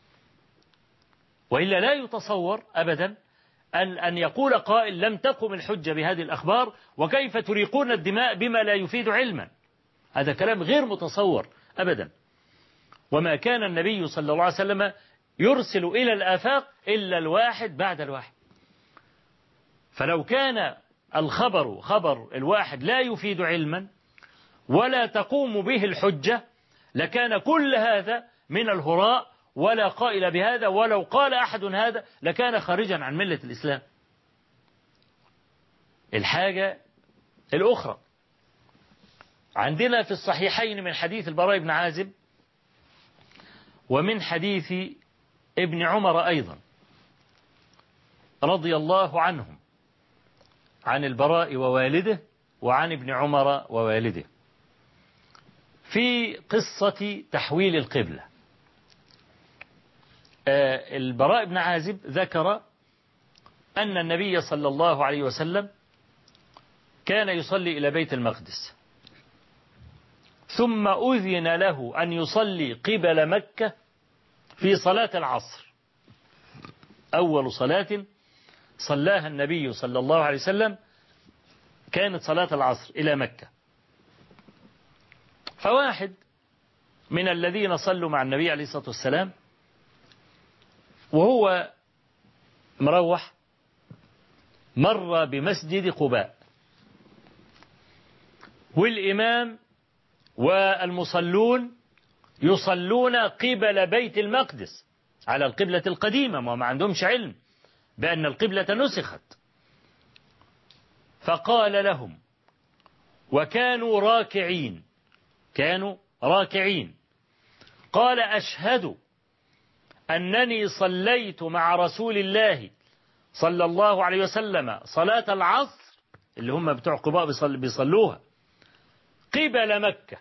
وإلا لا يتصور أبدا أن أن يقول قائل لم تقم الحجة بهذه الأخبار وكيف تريقون الدماء بما لا يفيد علما. هذا كلام غير متصور أبدا. وما كان النبي صلى الله عليه وسلم يرسل إلى الآفاق إلا الواحد بعد الواحد، فلو كان الخبر خبر الواحد لا يفيد علما ولا تقوم به الحجة لكان كل هذا من الهراء ولا قائل بهذا، ولو قال أحد هذا لكان خارجا عن ملة الإسلام. الحاجة الأخرى عندنا في الصحيحين من حديث البراء بن عازب ومن حديث ابن عمر أيضا رضي الله عنهم، عن البراء ووالده وعن ابن عمر ووالده، في قصة تحويل القبلة. البراء بن عازب ذكر أن النبي صلى الله عليه وسلم كان يصلي إلى بيت المقدس، ثم أذن له أن يصلي قبل مكة في صلاة العصر، أول صلاة صلاها النبي صلى الله عليه وسلم كانت صلاة العصر إلى مكة. فواحد من الذين صلوا مع النبي عليه الصلاة والسلام وهو مروح مر بمسجد قباء، والإمام والمصلون يصلون قبل بيت المقدس على القبلة القديمة، وما عندهمش علم بأن القبلة نسخت. فقال لهم وكانوا راكعين، كانوا راكعين، قال أشهد أنني صليت مع رسول الله صلى الله عليه وسلم صلاة العصر اللي هم بتوع قباء بيصلوها قبل مكة.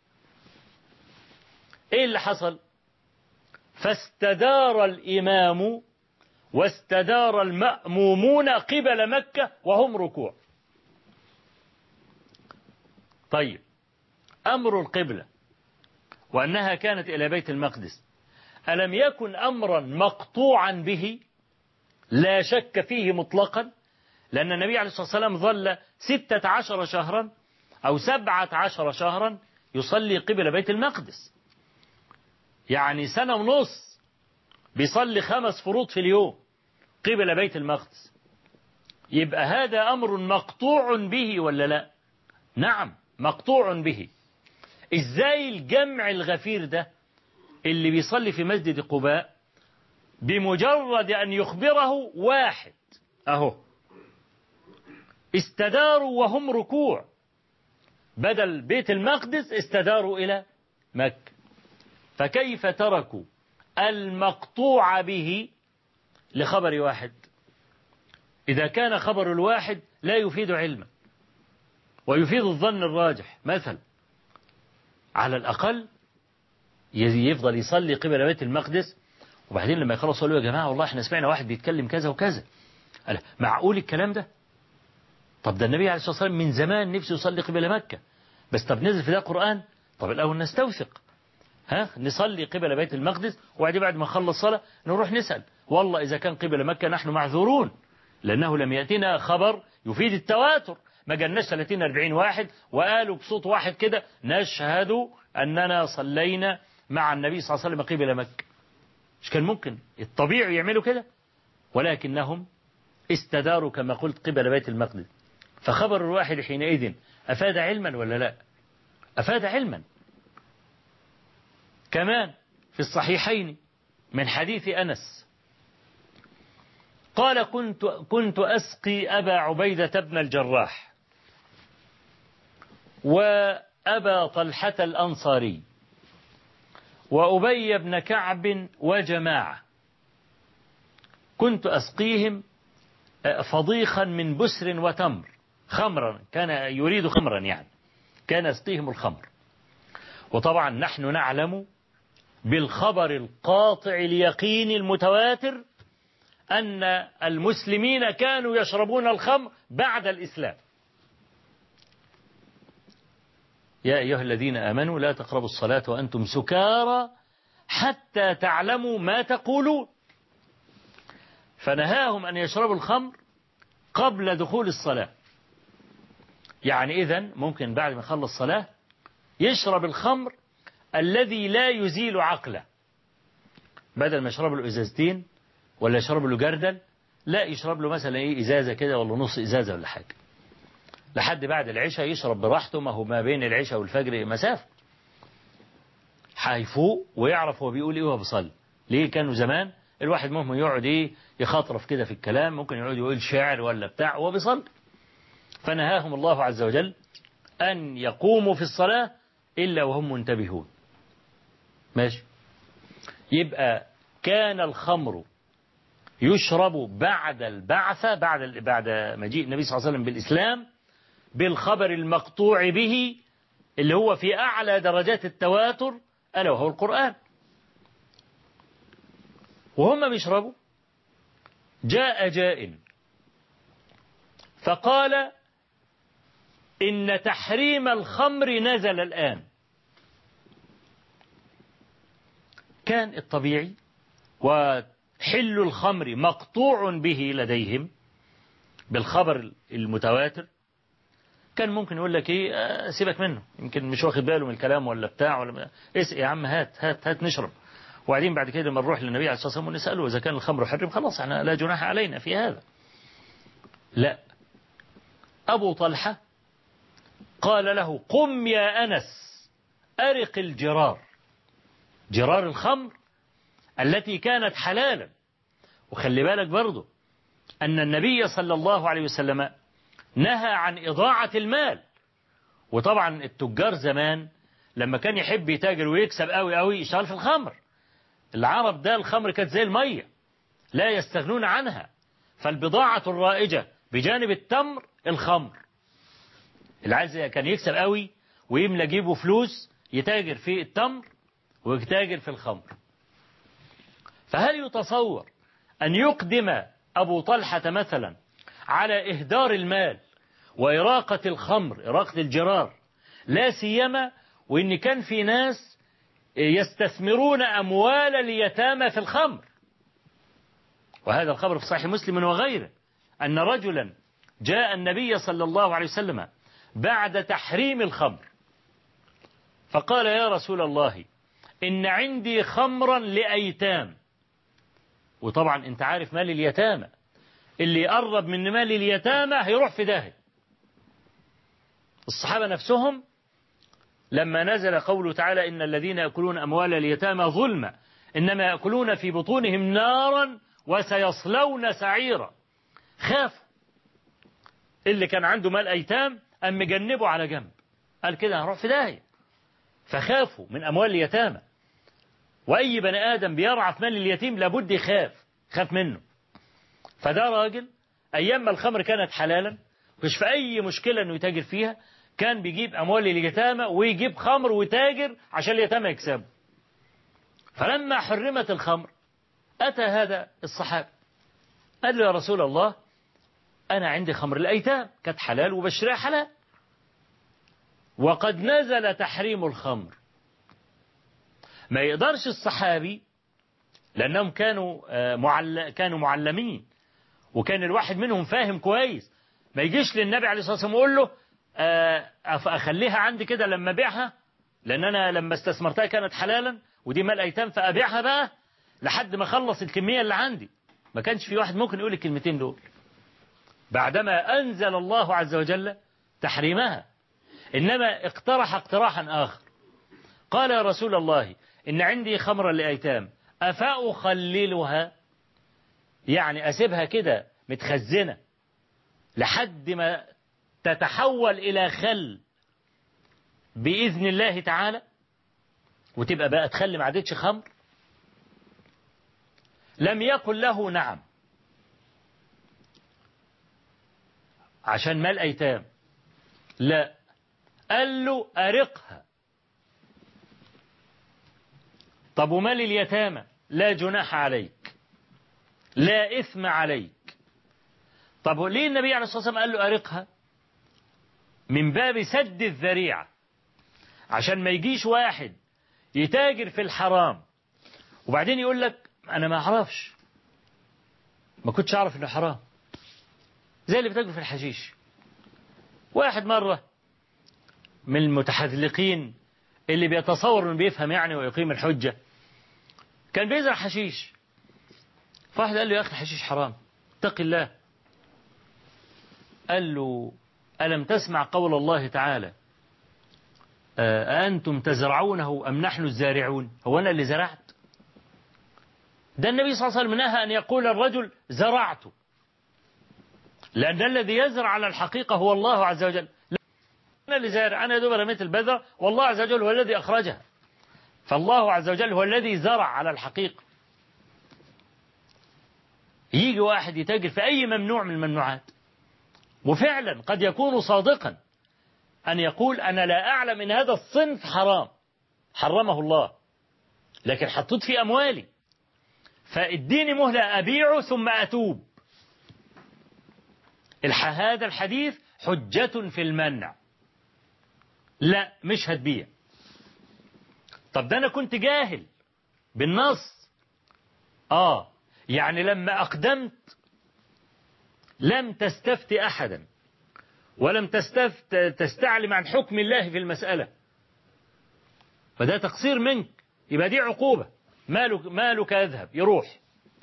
ايه اللي حصل؟ فاستدار الإمام واستدار المأمومون قبل مكة وهم ركوع. طيب، أمر القبلة وأنها كانت إلى بيت المقدس ألم يكن أمرا مقطوعا به لا شك فيه مطلقا؟ لأن النبي عليه الصلاة والسلام ظل ستة عشر شهرا أو سبعة عشر شهرا يصلي قبل بيت المقدس، يعني سنة ونص بيصلي خمس فروض في اليوم قبل بيت المقدس. يبقى هذا أمر مقطوع به ولا لا؟ نعم، مقطوع به. إزاي الجمع الغفير ده اللي بيصلي في مسجد قباء بمجرد أن يخبره واحد أهو استداروا وهم ركوع، بدل بيت المقدس استداروا إلى مكة، فكيف تركوا المقطوع به لخبر واحد؟ إذا كان خبر الواحد لا يفيد علما ويفيد الظن الراجح، مثلا على الأقل يفضل يصلي قبل بيت المقدس، وبعدين لما يخلص يقولوا يا جماعة والله احنا سمعنا واحد بيتكلم كذا وكذا. قال معقول الكلام ده؟ طب ده النبي عليه الصلاة والسلام من زمان نفسه يصلي قبل مكة، بس طب نزل في ده قرآن؟ طب الأول نستوثق، ها نصلي قبل بيت المقدس، وبعدين بعد ما نخلص صلاة نروح نسأل والله إذا كان قبل مكة نحن معذورون، لأنه لم يأتينا خبر يفيد التواتر، ما جالناش ثلاثين أربعين واحد وقالوا بصوت واحد كده نشهد أننا صلينا مع النبي صلى الله عليه وسلم قبل مكة. مش كان ممكن الطبيعي يعملوا كده؟ ولكنهم استداروا كما قلت قبل بيت المقدس، فخبر الواحد حينئذ أفاد علما ولا لا؟ أفاد علما. كمان في الصحيحين من حديث أنس قال كنت, كنت أسقي أبا عبيدة بن الجراح وأبا طلحة الأنصاري وأبي بن كعب وجماعة، كنت أسقيهم فضيخا من بسر وتمر، خمرا كان يريد خمرا يعني، كان يسقيهم الخمر. وطبعا نحن نعلم بالخبر القاطع اليقين المتواتر أن المسلمين كانوا يشربون الخمر بعد الإسلام. يا أيها الذين آمنوا لا تقربوا الصلاة وأنتم سكارى حتى تعلموا ما تقولون، فنهاهم أن يشربوا الخمر قبل دخول الصلاة. يعني إذن ممكن بعد ما يخلص الصلاة يشرب الخمر الذي لا يزيل عقله، بدل ما يشرب له إزازتين ولا يشرب له جردل، لا يشرب له مثلا إيه إزازة كده ولا نص إزازة ولا حاجة، لحد بعد العشاء يشرب براحته، ما هو ما بين العشاء والفجر مسافة، هيفوق ويعرف هو بيقول إيه وهو بيصلي. ليه كانوا زمان الواحد ممكن يقعد إيه يخاطرف كده في الكلام، ممكن يقعد يقول شعر ولا بتاع وهو بيصلي، فنهاهم الله عز وجل أن يقوموا في الصلاة إلا وهم منتبهون. ماشي، يبقى كان الخمر يشرب بعد البعثة، بعد بعد مجيء النبي صلى الله عليه وسلم بالإسلام، بالخبر المقطوع به اللي هو في أعلى درجات التواتر ألا وهو القرآن. وهم بيشربوا جاء جائن فقال إن تحريم الخمر نزل الآن. كان الطبيعي وحل الخمر مقطوع به لديهم بالخبر المتواتر، كان ممكن يقول لك ايه آه سيبك منه، يمكن مش واخد باله من الكلام ولا بتاع ولا اسقي يا عم، هات هات هات نشرب. وبعدين بعد كده لما نروح للنبي عليه الصلاة والسلام ونسأله إذا كان الخمر حرم خلاص احنا لا جناح علينا في هذا. لا، أبو طلحة قال له قم يا أنس أرق الجرار، جرار الخمر التي كانت حلالا. وخلي بالك برضو أن النبي صلى الله عليه وسلم نهى عن إضاعة المال. وطبعا التجار زمان لما كان يحب يتاجر ويكسب قوي قوي يشتغل في الخمر. العرب ده الخمر كانت زي المية لا يستغنون عنها، فالبضاعة الرائجة بجانب التمر الخمر. العايز كان يكسب قوي ويملى جيبه فلوس يتاجر في التمر ويتاجر في الخمر. فهل يتصور أن يقدم أبو طلحة مثلا على إهدار المال وإراقة الخمر، إراقة الجرار، لا سيما وإن كان في ناس يستثمرون أموال اليتامى في الخمر؟ وهذا الخبر في صحيح مسلم وغيره أن رجلا جاء النبي صلى الله عليه وسلم بعد تحريم الخمر فقال يا رسول الله إن عندي خمرا لأيتام. وطبعا أنت عارف مال اليتامى، اللي يقرب من مال اليتامى هيروح في داهية. الصحابة نفسهم لما نزل قوله تعالى إن الذين يأكلون أموال اليتامى ظلما إنما يأكلون في بطونهم نارا وسيصلون سعيرا. خافوا اللي كان عنده مال أيتام أم مجنبه على جنب، قال كده هنروح في داهية، فخافوا من أموال اليتامى. وأي بني آدم بيرعى في مال اليتيم لابد يخاف، خاف منه. فده راجل أيام ما الخمر كانت حلالا مش في أي مشكلة أنه يتاجر فيها، كان بيجيب أموال اليتامى ويجيب خمر ويتاجر عشان اليتامى يكسبوا. فلما حرمت الخمر أتى هذا الصحابي قال له يا رسول الله أنا عندي خمر الأيتام كانت حلال وبشريها حلال، وقد نزل تحريم الخمر. ما يقدرش الصحابي لأنهم كانوا معل... كانوا معلمين، وكان الواحد منهم فاهم كويس، ما يجيش للنبي عليه الصلاة والسلام ويقول له أخليها عندي كده لما أبيعها، لأن أنا لما استثمرتها كانت حلالا ودي مال أيتام فأبيعها بقى لحد ما أخلص الكمية اللي عندي. ما كانش في واحد ممكن يقول الكلمتين دول بعدما أنزل الله عز وجل تحريمها، إنما اقترح اقتراحا آخر. قال يا رسول الله إن عندي خمرا لأيتام أفأخللها، يعني أسيبها كده متخزنة لحد ما تتحول إلى خل بإذن الله تعالى وتبقى بقى تخلي ما عادتش خمر؟ لم يقل له نعم عشان مال أيتام، لا، قال له أرقها. طب ومال اليتامى؟ لا جناح عليك، لا إثم عليك. طب ليه النبي عليه الصلاة والسلام قال له أرقها؟ من باب سد الذريعة، عشان ما يجيش واحد يتاجر في الحرام وبعدين يقول لك أنا ما أعرفش، ما كنتش أعرف إنه حرام. زي اللي بتاجر في الحشيش. واحد مرة من المتحذلقين اللي بيتصور انه بيفهم يعني ويقيم الحجة كان بيزرع حشيش، فواحد قال له يا أخي الحشيش حرام اتق الله. قال له ألم تسمع قول الله تعالى أأنتم تزرعونه أم نحن الزارعون؟ هو أنا اللي زرعت؟ ده النبي صلى الله عليه وسلم نهى أن يقول الرجل زرعت، لأن الذي يزرع على الحقيقة هو الله عز وجل. أنا اللي زارع، أنا يا دوب رميت البذرة والله عز وجل هو الذي أخرجها، فالله عز وجل هو الذي زرع على الحقيقة. يجي واحد يتاجر في أي ممنوع من الممنوعات، وفعلا قد يكون صادقا أن يقول أنا لا أعلم إن هذا الصنف حرام حرمه الله، لكن حطيت في أموالي فاديني مهلة أبيعه ثم أتوب. هذا الحديث حجة في المنع، لا مش هتبيع. طب ده أنا كنت جاهل بالنص، آه يعني لما أقدمت لم تستفت أحدا ولم تستفت تستعلم عن حكم الله في المسألة، فده تقصير منك، يبقى دي عقوبة، مالك, مالك يذهب يروح.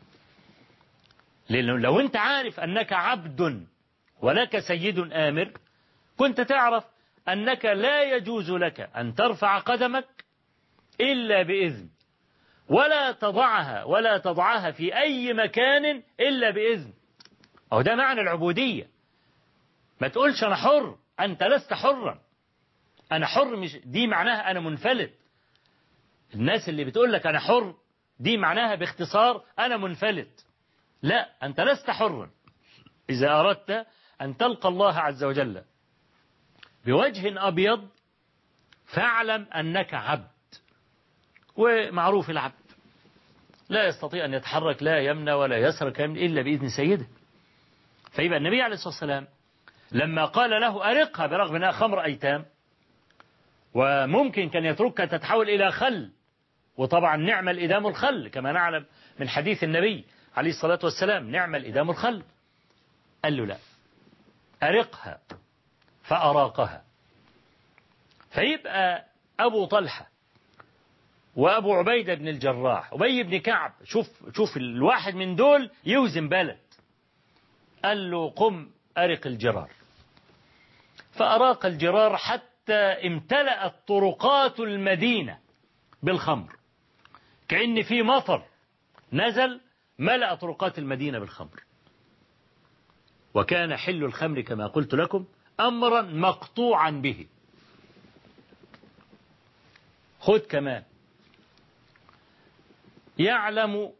لأنه لو أنت عارف أنك عبد ولك سيد آمر كنت تعرف أنك لا يجوز لك أن ترفع قدمك إلا بإذن، ولا تضعها ولا تضعها في أي مكان إلا بإذن. أو ده معنى العبودية. ما تقولش أنا حر، أنت لست حرا. أنا حر مش دي معناها أنا منفلت. الناس اللي بتقول لك أنا حر دي معناها باختصار أنا منفلت. لا، أنت لست حرا. إذا أردت أن تلقى الله عز وجل بوجه أبيض فاعلم أنك عبد، ومعروف العبد لا يستطيع أن يتحرك لا يمنى ولا يسرك إلا بإذن سيده. فيبقى النبي عليه الصلاة والسلام لما قال له أرقها برغم أنها خمر أيتام وممكن كان يتركها تتحول إلى خل، وطبعا نعم الإدام الخل كما نعلم من حديث النبي عليه الصلاة والسلام نعم الإدام الخل، قال له لا أرقها فأراقها. فيبقى أبو طلحة وأبو عبيدة بن الجراح وأبي بن كعب، شوف شوف الواحد من دول يوزن بلد، قال له قم أرق الجرار، فأراق الجرار حتى حتى امتلأت طرقات المدينة بالخمر، كأن في مطر نزل ملأ طرقات المدينة بالخمر. وكان حل الخمر كما قلت لكم أمرا مقطوعا به. خذ كمان، يعلم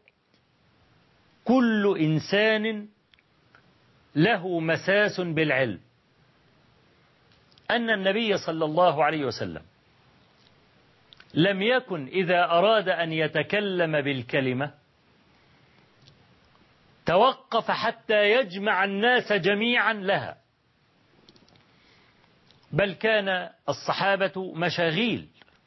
كل إنسان له مساس بالعلم أن النبي صلى الله عليه وسلم لم يكن إذا أراد أن يتكلم بالكلمة توقف حتى يجمع الناس جميعا لها، بل كان الصحابة مشاغيل،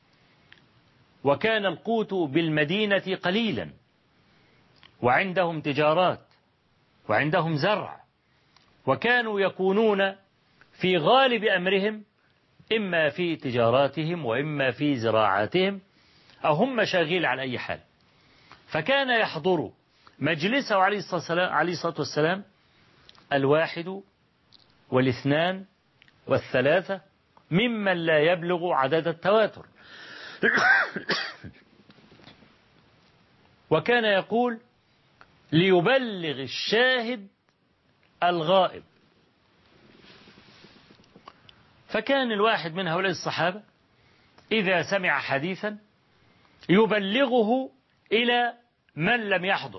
وكان القوت بالمدينة قليلا، وعندهم تجارات وعندهم زرع، وكانوا يكونون في غالب أمرهم إما في تجاراتهم وإما في زراعاتهم، أو هم مشاغيل على أي حال. فكان يحضر مجلسه عليه الصلاة والسلام الواحد والاثنان والثلاثة ممن لا يبلغ عدد التواتر. وكان يقول ليبلغ الشاهد الغائب. فكان الواحد من هؤلاء الصحابة إذا سمع حديثا يبلغه إلى من لم يحضر،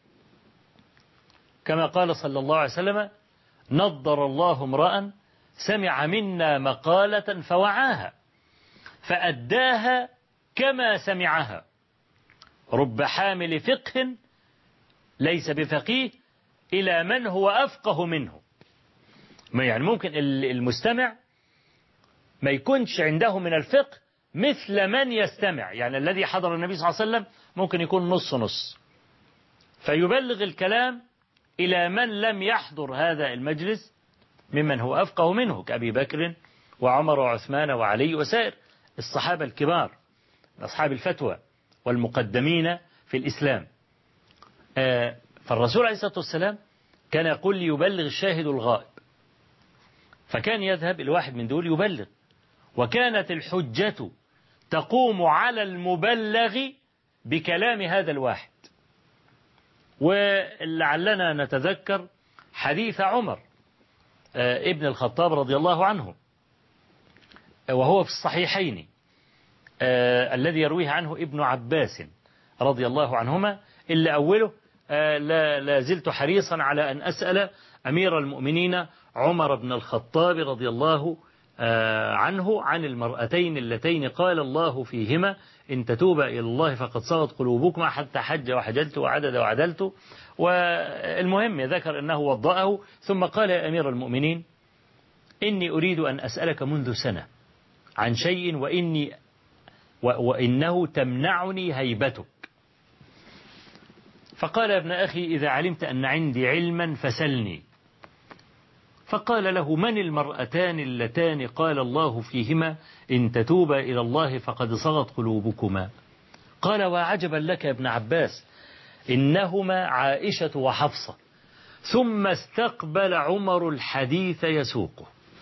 كما قال صلى الله عليه وسلم: نضر الله امرأ سمع منا مقالة فوعاها فأداها كما سمعها، رب حامل فقه ليس بفقيه إلى من هو أفقه منه. يعني ممكن المستمع ما يكونش عنده من الفقه مثل من يستمع، يعني الذي حضر النبي صلى الله عليه وسلم ممكن يكون نص نص، فيبلغ الكلام إلى من لم يحضر هذا المجلس ممن هو أفقه منه، كأبي بكر وعمر وعثمان وعلي وسائر الصحابة الكبار أصحاب الفتوى والمقدمين في الإسلام. فالرسول عليه الصلاة والسلام كان يقول ليبلغ الشاهد الغائب، فكان يذهب الواحد من دول يبلغ، وكانت الحجة تقوم على المبلغ بكلام هذا الواحد. ولعلنا نتذكر حديث عمر ابن الخطاب رضي الله عنه، وهو في الصحيحين، الذي يرويه عنه ابن عباس رضي الله عنهما، إلا أوله لا, لا زلت حريصا على أن أسأل أمير المؤمنين عمر بن الخطاب رضي الله عنه عن المرأتين اللتين قال الله فيهما إن تتوبا إلى الله فقد صغت قلوبكما حتى حج وحجلت وعدد وعدلت. والمهم ذكر أنه وضأه ثم قال يا أمير المؤمنين إني أريد أن أسألك منذ سنة عن شيء وإني وإنه تمنعني هيبتك. فقال يا ابن أخي إذا علمت أن عندي علما فسلني. فقال له من المرأتان اللتان قال الله فيهما إن تتوبا إلى الله فقد صغت قلوبكما؟ قال وعجبا لك يا ابن عباس إنهما عائشة وحفصة. ثم استقبل عمر الحديث يسوقه.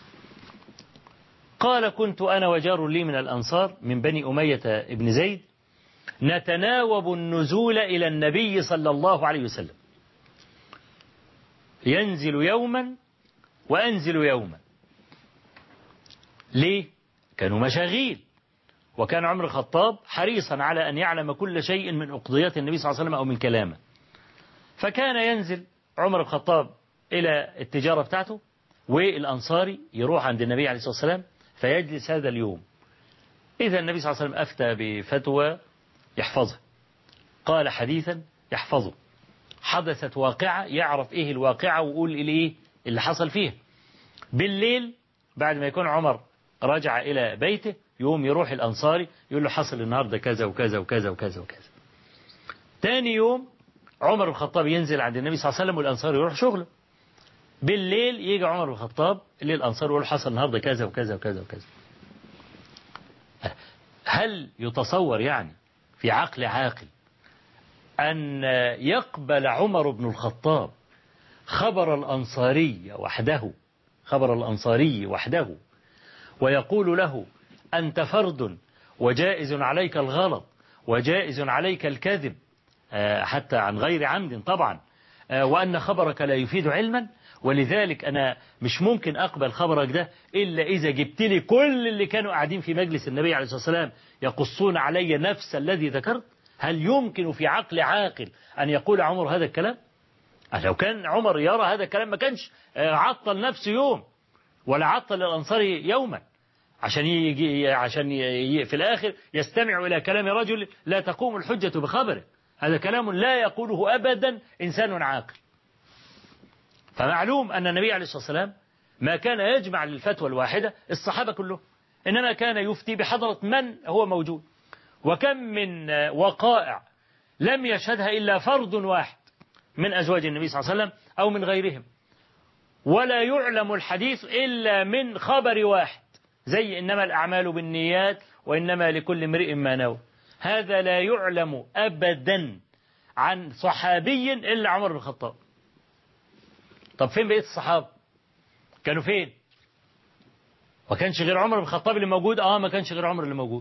قال كنت أنا وجار لي من الأنصار من بني أمية ابن زيد نتناوب النزول إلى النبي صلى الله عليه وسلم، ينزل يوما وأنزل يوما. ليه؟ كانوا مشاغيل، وكان عمر الخطاب حريصا على أن يعلم كل شيء من أقضيات النبي صلى الله عليه وسلم أو من كلامه. فكان ينزل عمر الخطاب إلى التجارة بتاعته، والأنصاري يروح عند النبي عليه الصلاة والسلام فيجلس هذا اليوم. إذا النبي صلى الله عليه وسلم أفتى بفتوى يحفظها، قال حديثا يحفظه، حدثت واقعة يعرف إيه الواقعة ويقول إيه اللي حصل فيها. بالليل بعد ما يكون عمر رجع إلى بيته يوم يروح الأنصاري يقول له حصل النهاردة كذا وكذا وكذا وكذا وكذا. تاني يوم عمر الخطاب ينزل عند النبي صلى الله عليه وسلم والأنصاري يروح شغله. بالليل يجي عمر الخطاب للأنصار يقول حصل النهاردة كذا وكذا وكذا وكذا. هل يتصور يعني في عقل عاقل أن يقبل عمر بن الخطاب خبر الأنصاري وحده خبر الأنصاري وحده ويقول له أنت فرد وجائز عليك الغلط وجائز عليك الكذب حتى عن غير عمد طبعا، وأن خبرك لا يفيد علما، ولذلك أنا مش ممكن أقبل خبرك ده إلا إذا جبت لي كل اللي كانوا قاعدين في مجلس النبي عليه الصلاة والسلام يقصون علي نفس الذي ذكرت. هل يمكن في عقل عاقل أن يقول عمر هذا الكلام؟ لو كان عمر يرى هذا الكلام ما كانش عطل نفسه يوم ولا عطل الأنصاري يوما عشان يجي عشان ي... في الآخر يستمع إلى كلام رجل لا تقوم الحجة بخبره. هذا كلام لا يقوله أبدا إنسان عاقل. فمعلوم أن النبي عليه الصلاة والسلام ما كان يجمع للفتوى الواحدة الصحابة كلهم، إنما كان يفتي بحضرة من هو موجود. وكم من وقائع لم يشهدها إلا فرد واحد من أزواج النبي صلى الله عليه وسلم أو من غيرهم، ولا يعلم الحديث إلا من خبر واحد، زي إنما الأعمال بالنيات وإنما لكل امرئ ما نوى. هذا لا يعلم أبدا عن صحابي إلا عمر بن الخطاب. طب فين بقية الصحابة؟ كانوا فين؟ ما كانش غير عمر بن الخطاب اللي موجود؟ آه ما كانش غير عمر اللي موجود،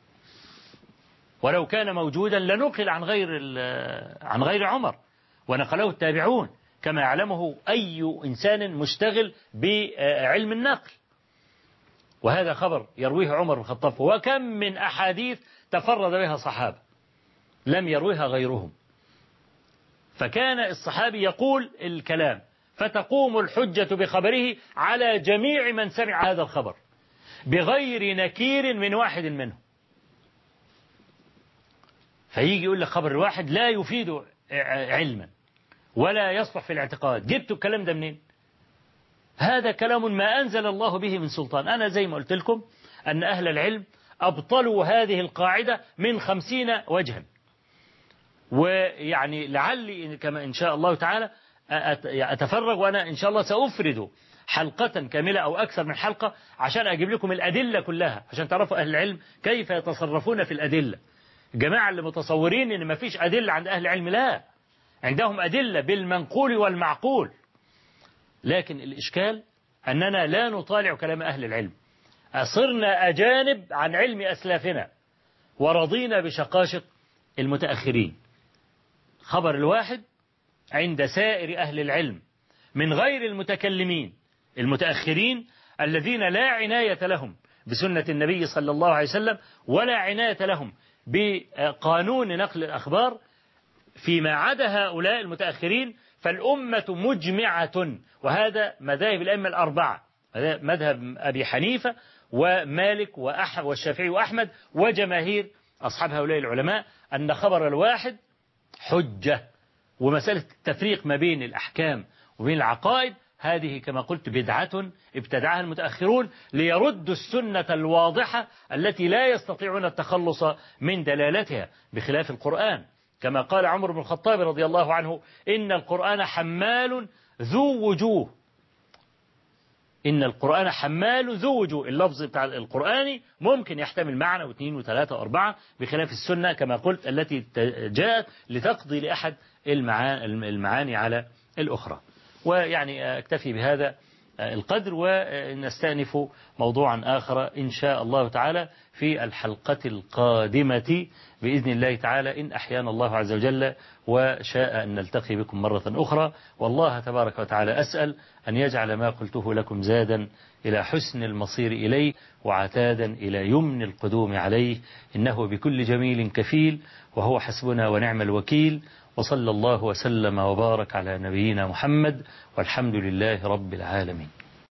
ولو كان موجودا لنقل عن غير عن غير عمر ونقله التابعون كما يعلمه أي إنسان مشتغل بعلم النقل. وهذا خبر يرويه عمر بن الخطاب، وكم من أحاديث تفرد بها صحابة لم يرويها غيرهم. فكان الصحابي يقول الكلام فتقوم الحجة بخبره على جميع من سمع هذا الخبر بغير نكير من واحد منهم. فيجي يقول لك خبر الواحد لا يفيد علما ولا يصلح في الاعتقاد. جبتوا الكلام ده منين؟ هذا كلام ما أنزل الله به من سلطان. أنا زي ما قلت لكم أن أهل العلم أبطلوا هذه القاعدة من خمسين وجها، ويعني لعلي كما إن شاء الله تعالى أتفرغ، وأنا إن شاء الله سأفرد حلقة كاملة أو أكثر من حلقة عشان أجيب لكم الأدلة كلها عشان تعرفوا أهل العلم كيف يتصرفون في الأدلة. الجماعة اللي متصورين إن ما فيش أدلة عند أهل العلم، لا، عندهم أدلة بالمنقول والمعقول. لكن الإشكال أننا لا نطالع كلام أهل العلم، صرنا أجانب عن علم أسلافنا ورضينا بشقاشق المتأخرين. خبر الواحد عند سائر أهل العلم من غير المتكلمين المتأخرين الذين لا عناية لهم بسنة النبي صلى الله عليه وسلم ولا عناية لهم بقانون نقل الأخبار، فيما عدا هؤلاء المتأخرين فالأمة مجمعة. وهذا مذاهب الأئمة الأربعة، مذهب أبي حنيفة ومالك وأحمد والشافعي وأحمد وجماهير أصحاب هؤلاء العلماء أن خبر الواحد حجة. ومسألة التفريق ما بين الأحكام وبين العقائد هذه كما قلت بدعة ابتدعها المتأخرون ليردوا السنة الواضحة التي لا يستطيعون التخلص من دلالتها، بخلاف القرآن كما قال عمر بن الخطاب رضي الله عنه إن القرآن حمال ذو وجوه. إن القرآن حمال ذو وجوه. اللفظ بتاع القرآن ممكن يحتمل معنى واثنين وثلاثة وأربعة، بخلاف السنة كما قلت التي جاءت لتقضي لأحد المعاني على الأخرى. ويعني أكتفي بهذا القدر ونستأنف موضوعا آخر إن شاء الله تعالى في الحلقة القادمة بإذن الله تعالى إن أحيانا الله عز وجل وشاء أن نلتقي بكم مرة أخرى. والله تبارك وتعالى أسأل أن يجعل ما قلته لكم زادا إلى حسن المصير إليه وعتادا إلى يمن القدوم عليه، إنه بكل جميل كفيل وهو حسبنا ونعم الوكيل. وصلى الله وسلم وبارك على نبينا محمد والحمد لله رب العالمين.